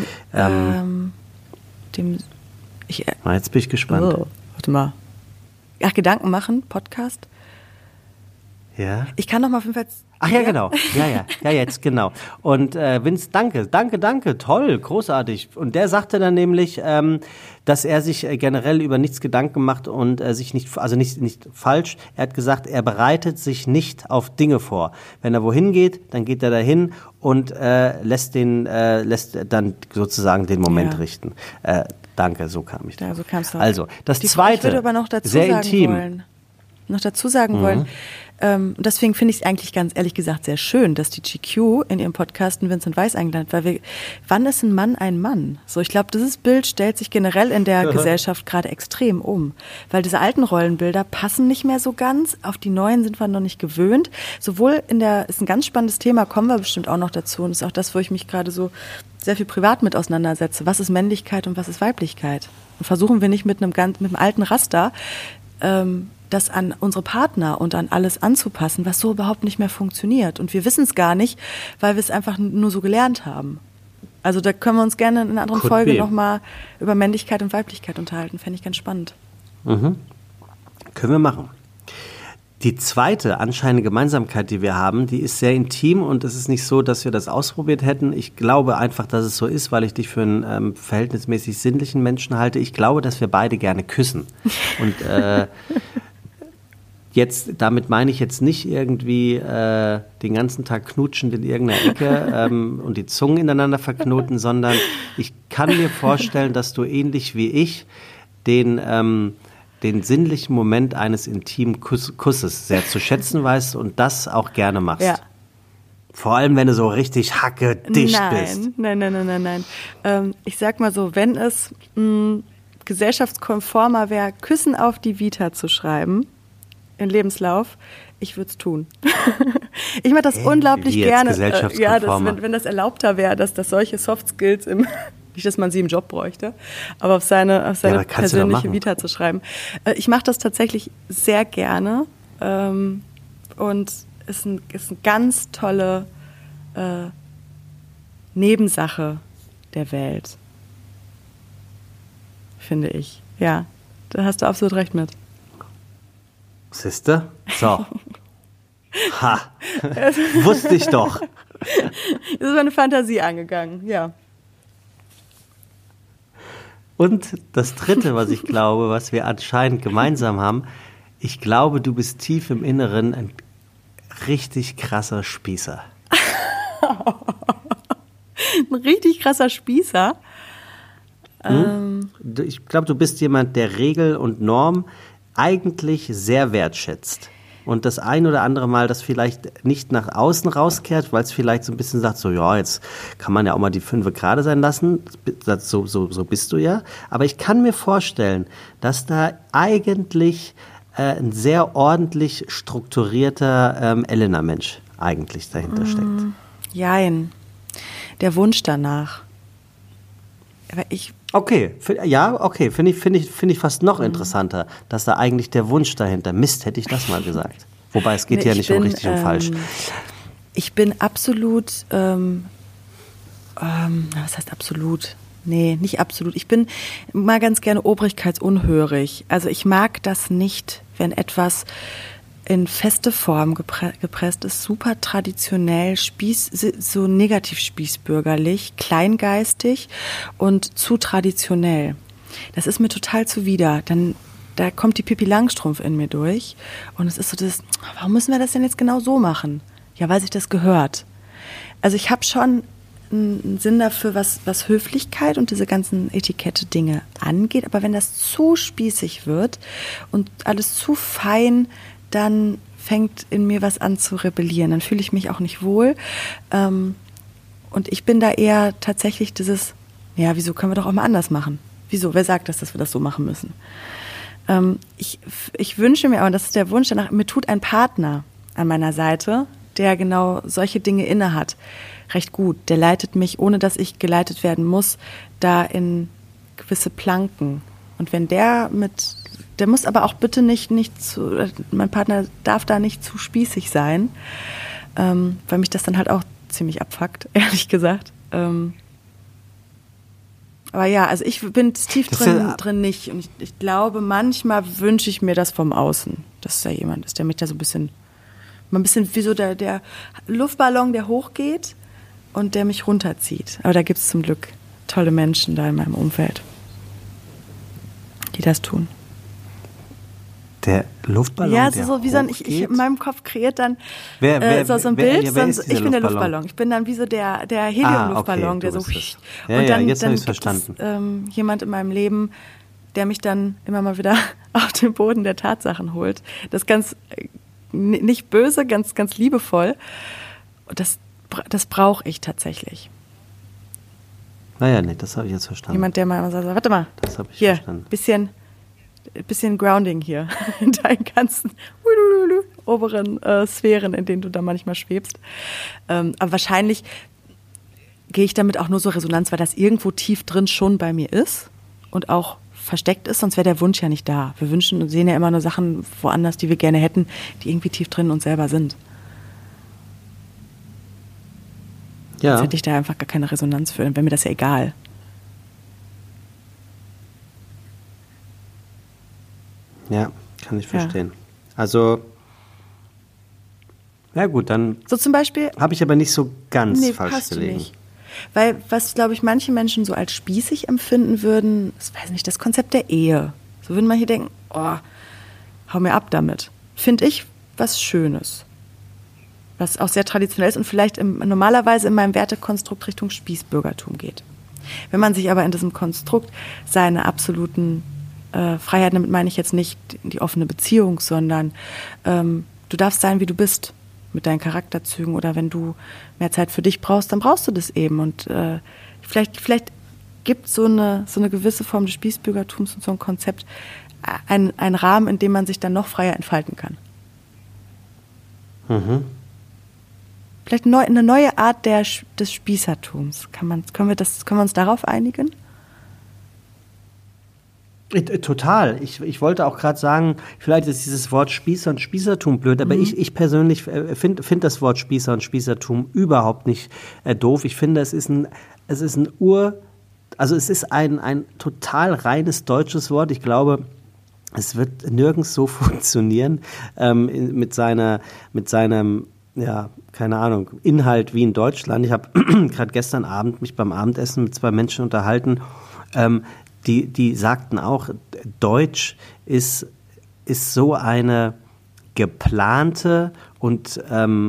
bin. Jetzt bin ich gespannt. Warte mal. Ach, Gedanken machen, Podcast? Ja. Ich kann noch mal 5 jetzt. Ach ja, genau. Ja, jetzt, genau. Und Vince, danke, toll, großartig. Und der sagte dann nämlich, dass er sich generell über nichts Gedanken macht und sich nicht falsch. Er hat gesagt, er bereitet sich nicht auf Dinge vor. Wenn er wohin geht, dann geht er dahin und lässt dann sozusagen den Moment richten. Danke, so kam ich da. Ja, so kam's doch. Also, das Zweite, ich würde aber noch dazu sehr sagen intim. Wollen. Noch dazu sagen wollen. Deswegen finde ich es eigentlich ganz ehrlich gesagt sehr schön, dass die GQ in ihrem Podcast einen Vincent Weiss eingeladen hat, weil wann ist ein Mann? So, ich glaube, dieses Bild stellt sich generell in der Gesellschaft gerade extrem um, weil diese alten Rollenbilder passen nicht mehr so ganz, auf die neuen sind wir noch nicht gewöhnt. Sowohl ist ein ganz spannendes Thema, kommen wir bestimmt auch noch dazu und ist auch das, wo ich mich gerade so sehr viel privat mit auseinandersetze. Was ist Männlichkeit und was ist Weiblichkeit? Und versuchen wir nicht mit einem alten Raster das an unsere Partner und an alles anzupassen, was so überhaupt nicht mehr funktioniert. Und wir wissen es gar nicht, weil wir es einfach nur so gelernt haben. Also da können wir uns gerne in einer anderen Folge nochmal über Männlichkeit und Weiblichkeit unterhalten. Fände ich ganz spannend. Können wir machen. Die zweite anscheinende Gemeinsamkeit, die wir haben, die ist sehr intim und es ist nicht so, dass wir das ausprobiert hätten. Ich glaube einfach, dass es so ist, weil ich dich für einen verhältnismäßig sinnlichen Menschen halte. Ich glaube, dass wir beide gerne küssen. Und damit meine ich jetzt nicht irgendwie den ganzen Tag knutschend in irgendeiner Ecke und die Zungen ineinander verknoten, sondern ich kann mir vorstellen, dass du ähnlich wie ich den sinnlichen Moment eines intimen Kusses sehr zu schätzen weißt und das auch gerne machst. Ja. Vor allem, wenn du so richtig hackedicht bist. Nein. Ich sag mal so, wenn es gesellschaftskonformer wäre, Küssen auf die Vita zu schreiben, im Lebenslauf, Ich würde es tun. Ich mache das unglaublich gerne. Wenn das erlaubter wäre, dass solche Soft Skills nicht, dass man sie im Job bräuchte, aber auf seine persönliche Vita zu schreiben. Ich mache das tatsächlich sehr gerne und ist eine ganz tolle Nebensache der Welt, finde ich. Ja, da hast du absolut recht mit. Siehste? So. Ha! Wusste ich doch. Es ist meine Fantasie angegangen, ja. Und das Dritte, was ich glaube, was wir anscheinend gemeinsam haben, ich glaube, du bist tief im Inneren ein richtig krasser Spießer. Ein richtig krasser Spießer? Ich glaube, du bist jemand, der Regel und Norm eigentlich sehr wertschätzt. Und das ein oder andere Mal das vielleicht nicht nach außen rauskehrt, weil es vielleicht so ein bisschen sagt, so ja, jetzt kann man ja auch mal die 5 gerade sein lassen, so bist du ja. Aber ich kann mir vorstellen, dass da eigentlich ein sehr ordentlich strukturierter Elena-Mensch eigentlich dahinter steckt. Jein, der Wunsch danach. Aber finde ich fast noch interessanter, dass da eigentlich der Wunsch dahinter. Mist, hätte ich das mal gesagt. Wobei es geht nicht um richtig und falsch. Ich bin absolut, was heißt absolut? Nee, nicht absolut. Ich bin mal ganz gerne obrigkeitsunhörig. Also ich mag das nicht, wenn etwas in feste Form gepresst ist, super traditionell, so negativ spießbürgerlich, kleingeistig und zu traditionell. Das ist mir total zuwider. Da kommt die Pippi Langstrumpf in mir durch und es ist so das, warum müssen wir das denn jetzt genau so machen? Ja, weil sich das gehört. Also ich habe schon einen Sinn dafür, was Höflichkeit und diese ganzen Etikette-Dinge angeht, aber wenn das zu spießig wird und alles zu fein, dann fängt in mir was an zu rebellieren. Dann fühle ich mich auch nicht wohl. Und ich bin da eher tatsächlich dieses, ja, wieso können wir doch auch mal anders machen? Wieso? Wer sagt das, dass wir das so machen müssen? Ich wünsche mir, und das ist der Wunsch danach, mir tut ein Partner an meiner Seite, der genau solche Dinge innehat, recht gut. Der leitet mich, ohne dass ich geleitet werden muss, da in gewisse Planken. Und wenn der muss aber auch bitte nicht zu, mein Partner darf da nicht zu spießig sein, weil mich das dann halt auch ziemlich abfuckt, ehrlich gesagt. Aber ja, also ich bin tief drin nicht. Und ich glaube, manchmal wünsche ich mir das vom Außen, dass da jemand ist, der mich da so ein bisschen wie so der Luftballon, der hochgeht und der mich runterzieht. Aber da gibt es zum Glück tolle Menschen da in meinem Umfeld, die das tun. Der Luftballon, ja, so wie so ein, ich in meinem Kopf kreiert dann so ein Bild. Ich bin der Luftballon. Ich bin dann wie so der Helium-Luftballon, der so. Jetzt habe ich es verstanden. Ist, jemand in meinem Leben, der mich dann immer mal wieder auf den Boden der Tatsachen holt. Das ganz nicht böse, ganz ganz liebevoll. Und das brauche ich tatsächlich. Naja, nee, das habe ich jetzt verstanden. Jemand, der mal sagt, warte mal, das habe ich hier, verstanden. Bisschen Grounding hier in deinen ganzen oberen Sphären, in denen du da manchmal schwebst. Aber wahrscheinlich gehe ich damit auch nur so Resonanz, weil das irgendwo tief drin schon bei mir ist und auch versteckt ist, sonst wäre der Wunsch ja nicht da. Wir wünschen und sehen ja immer nur Sachen woanders, die wir gerne hätten, die irgendwie tief drin uns selber sind. Ja. Jetzt hätte ich da einfach gar keine Resonanz für, dann wäre mir das ja egal. Ja, kann ich verstehen. Ja. Also, ja gut, dann so zum Beispiel habe ich aber nicht so ganz falsch gelegen. Nicht. Weil, was, glaube ich, manche Menschen so als spießig empfinden würden, das Konzept der Ehe. So würden manche denken, oh, hau mir ab damit. Finde ich was Schönes. Was auch sehr traditionell ist und vielleicht normalerweise in meinem Wertekonstrukt Richtung Spießbürgertum geht. Wenn man sich aber in diesem Konstrukt seine absoluten Freiheit, damit meine ich jetzt nicht die offene Beziehung, sondern du darfst sein, wie du bist, mit deinen Charakterzügen, oder wenn du mehr Zeit für dich brauchst, dann brauchst du das eben. Und vielleicht gibt so eine gewisse Form des Spießbürgertums und so ein Konzept einen Rahmen, in dem man sich dann noch freier entfalten kann. Vielleicht eine neue Art des Spießertums. Können wir uns darauf einigen? Total. Ich wollte auch gerade sagen, vielleicht ist dieses Wort Spießer und Spießertum blöd, aber ich persönlich finde das Wort Spießer und Spießertum überhaupt nicht doof. Ich finde, es ist ein total reines deutsches Wort. Ich glaube, es wird nirgends so funktionieren mit seinem ja, keine Ahnung, Inhalt wie in Deutschland. Ich habe gerade gestern Abend mich beim Abendessen mit 2 Menschen unterhalten, die sagten auch, Deutsch ist so eine geplante und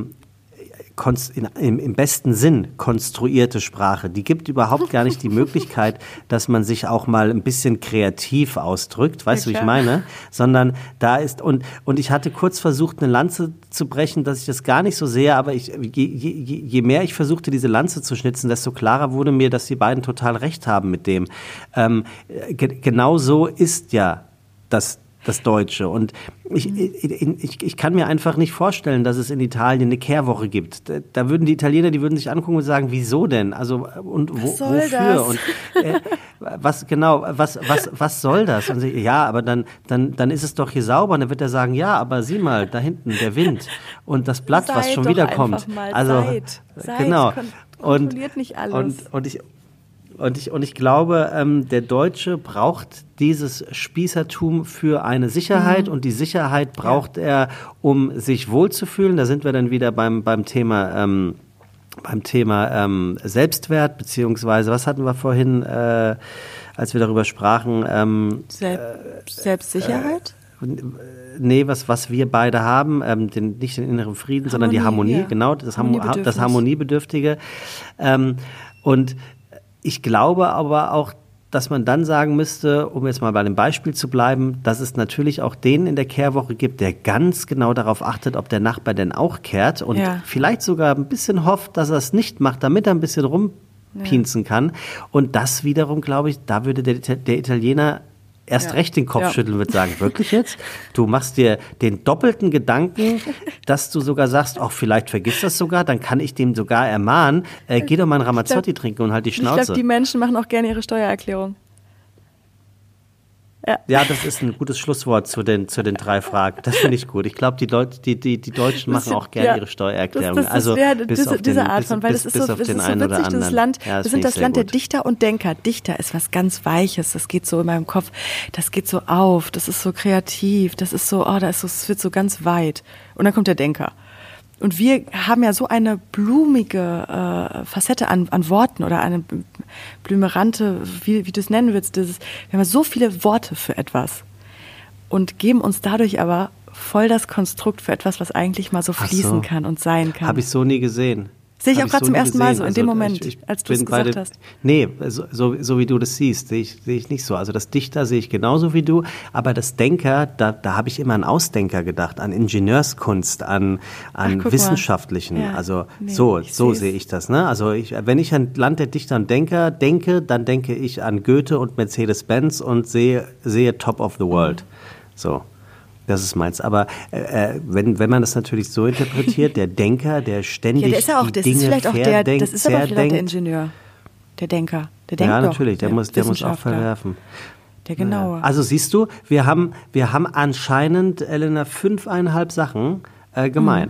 im besten Sinn konstruierte Sprache. Die gibt überhaupt gar nicht die Möglichkeit, dass man sich auch mal ein bisschen kreativ ausdrückt, weißt du, wie ich meine? Sondern da ist, und ich hatte kurz versucht, eine Lanze zu brechen, dass ich das gar nicht so sehe, aber je mehr ich versuchte, diese Lanze zu schnitzen, desto klarer wurde mir, dass die beiden total recht haben mit dem. Genau so ist ja das Deutsche. Und ich kann mir einfach nicht vorstellen, dass es in Italien eine Kehrwoche gibt. Da würden die Italiener, die würden sich angucken und sagen, wieso denn? Also, und wofür? Das? Und was soll das? Und sie, ja, aber dann ist es doch hier sauber. Und dann wird er sagen, ja, aber sieh mal, da hinten, der Wind und das Blatt, was schon wieder kommt. Also, seid, genau. Kontrolliert nicht alles. Und ich glaube, der Deutsche braucht dieses Spießertum für eine Sicherheit und die Sicherheit braucht er, um sich wohlzufühlen. Da sind wir dann wieder beim Thema Selbstwert, beziehungsweise, was hatten wir vorhin, als wir darüber sprachen? Selbstsicherheit? Nee, was wir beide haben, nicht den inneren Frieden, sondern die Harmonie, genau, das Harmoniebedürftige. Und ich glaube aber auch, dass man dann sagen müsste, um jetzt mal bei dem Beispiel zu bleiben, dass es natürlich auch den in der Kehrwoche gibt, der ganz genau darauf achtet, ob der Nachbar denn auch kehrt und vielleicht sogar ein bisschen hofft, dass er es nicht macht, damit er ein bisschen rumpinzen kann. Und das wiederum, glaube ich, da würde der Italiener erst recht den Kopf schütteln, wird sagen, wirklich jetzt? Du machst dir den doppelten Gedanken, dass du sogar sagst, auch vielleicht vergisst das sogar, dann kann ich dem sogar ermahnen, geh doch mal einen Ramazzotti trinken und halt die Schnauze. Ich glaube, die Menschen machen auch gerne ihre Steuererklärung. Ja, das ist ein gutes Schlusswort zu den 3 Fragen. Das finde ich gut. Ich glaube, die Deutschen machen auch gerne ihre Steuererklärung. Diese Art von, weil es ist so witzig, dieses Land. Wir sind das Land der Dichter und Denker. Dichter ist was ganz Weiches. Das geht so in meinem Kopf. Das geht so auf. Das ist so kreativ. Das ist so, es wird so ganz weit. Und dann kommt der Denker. Und wir haben ja so eine blumige Facette an Worten oder eine blümerante, wie du es nennen würdest. Wir haben ja so viele Worte für etwas und geben uns dadurch aber voll das Konstrukt für etwas, was eigentlich mal so fließen kann und sein kann. Habe ich so nie gesehen. Sehe ich auch gerade zum ersten Mal so, in dem Moment, als du es gesagt hast. Nee, so wie du das siehst, sehe ich nicht so. Also das Dichter sehe ich genauso wie du, aber das Denker, da habe ich immer an Ausdenker gedacht, an Ingenieurskunst, an Wissenschaftlichen. Ja, so sehe ich das. Ne? Also wenn ich an Land der Dichter und Denker denke, dann denke ich an Goethe und Mercedes-Benz und sehe Top of the World. So. Das ist meins. Aber wenn man das natürlich so interpretiert, der Denker, der ständig die Dinge verdenkt, das ist aber vielleicht der Ingenieur, der Denker. Der denkt ja, natürlich, der muss auch verwerfen. Der Genaue. Also siehst du, wir haben anscheinend, Elena, 5,5 Sachen gemein.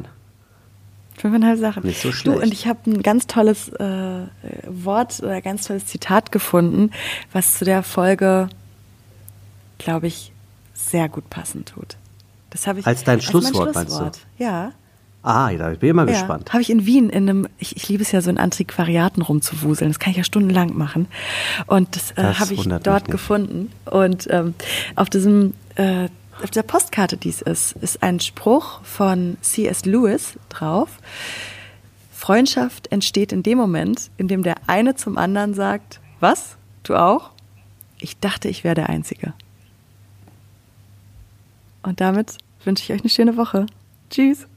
5,5 Sachen. Nicht so schlecht. Du, und ich habe ein ganz tolles Wort oder ganz tolles Zitat gefunden, was zu der Folge, glaube ich, sehr gut passen tut. Das habe ich als dein Schlusswort, meinst du? Ja. Ah, da bin ich mal gespannt. Habe ich in Wien ich liebe es ja so in Antiquariaten rumzuwuseln, das kann ich ja stundenlang machen. Und das habe ich dort gefunden. Und auf dieser Postkarte, die es ist ein Spruch von C.S. Lewis drauf. Freundschaft entsteht in dem Moment, in dem der eine zum anderen sagt, was? Du auch? Ich dachte, ich wäre der Einzige. Und damit wünsche ich euch eine schöne Woche. Tschüss.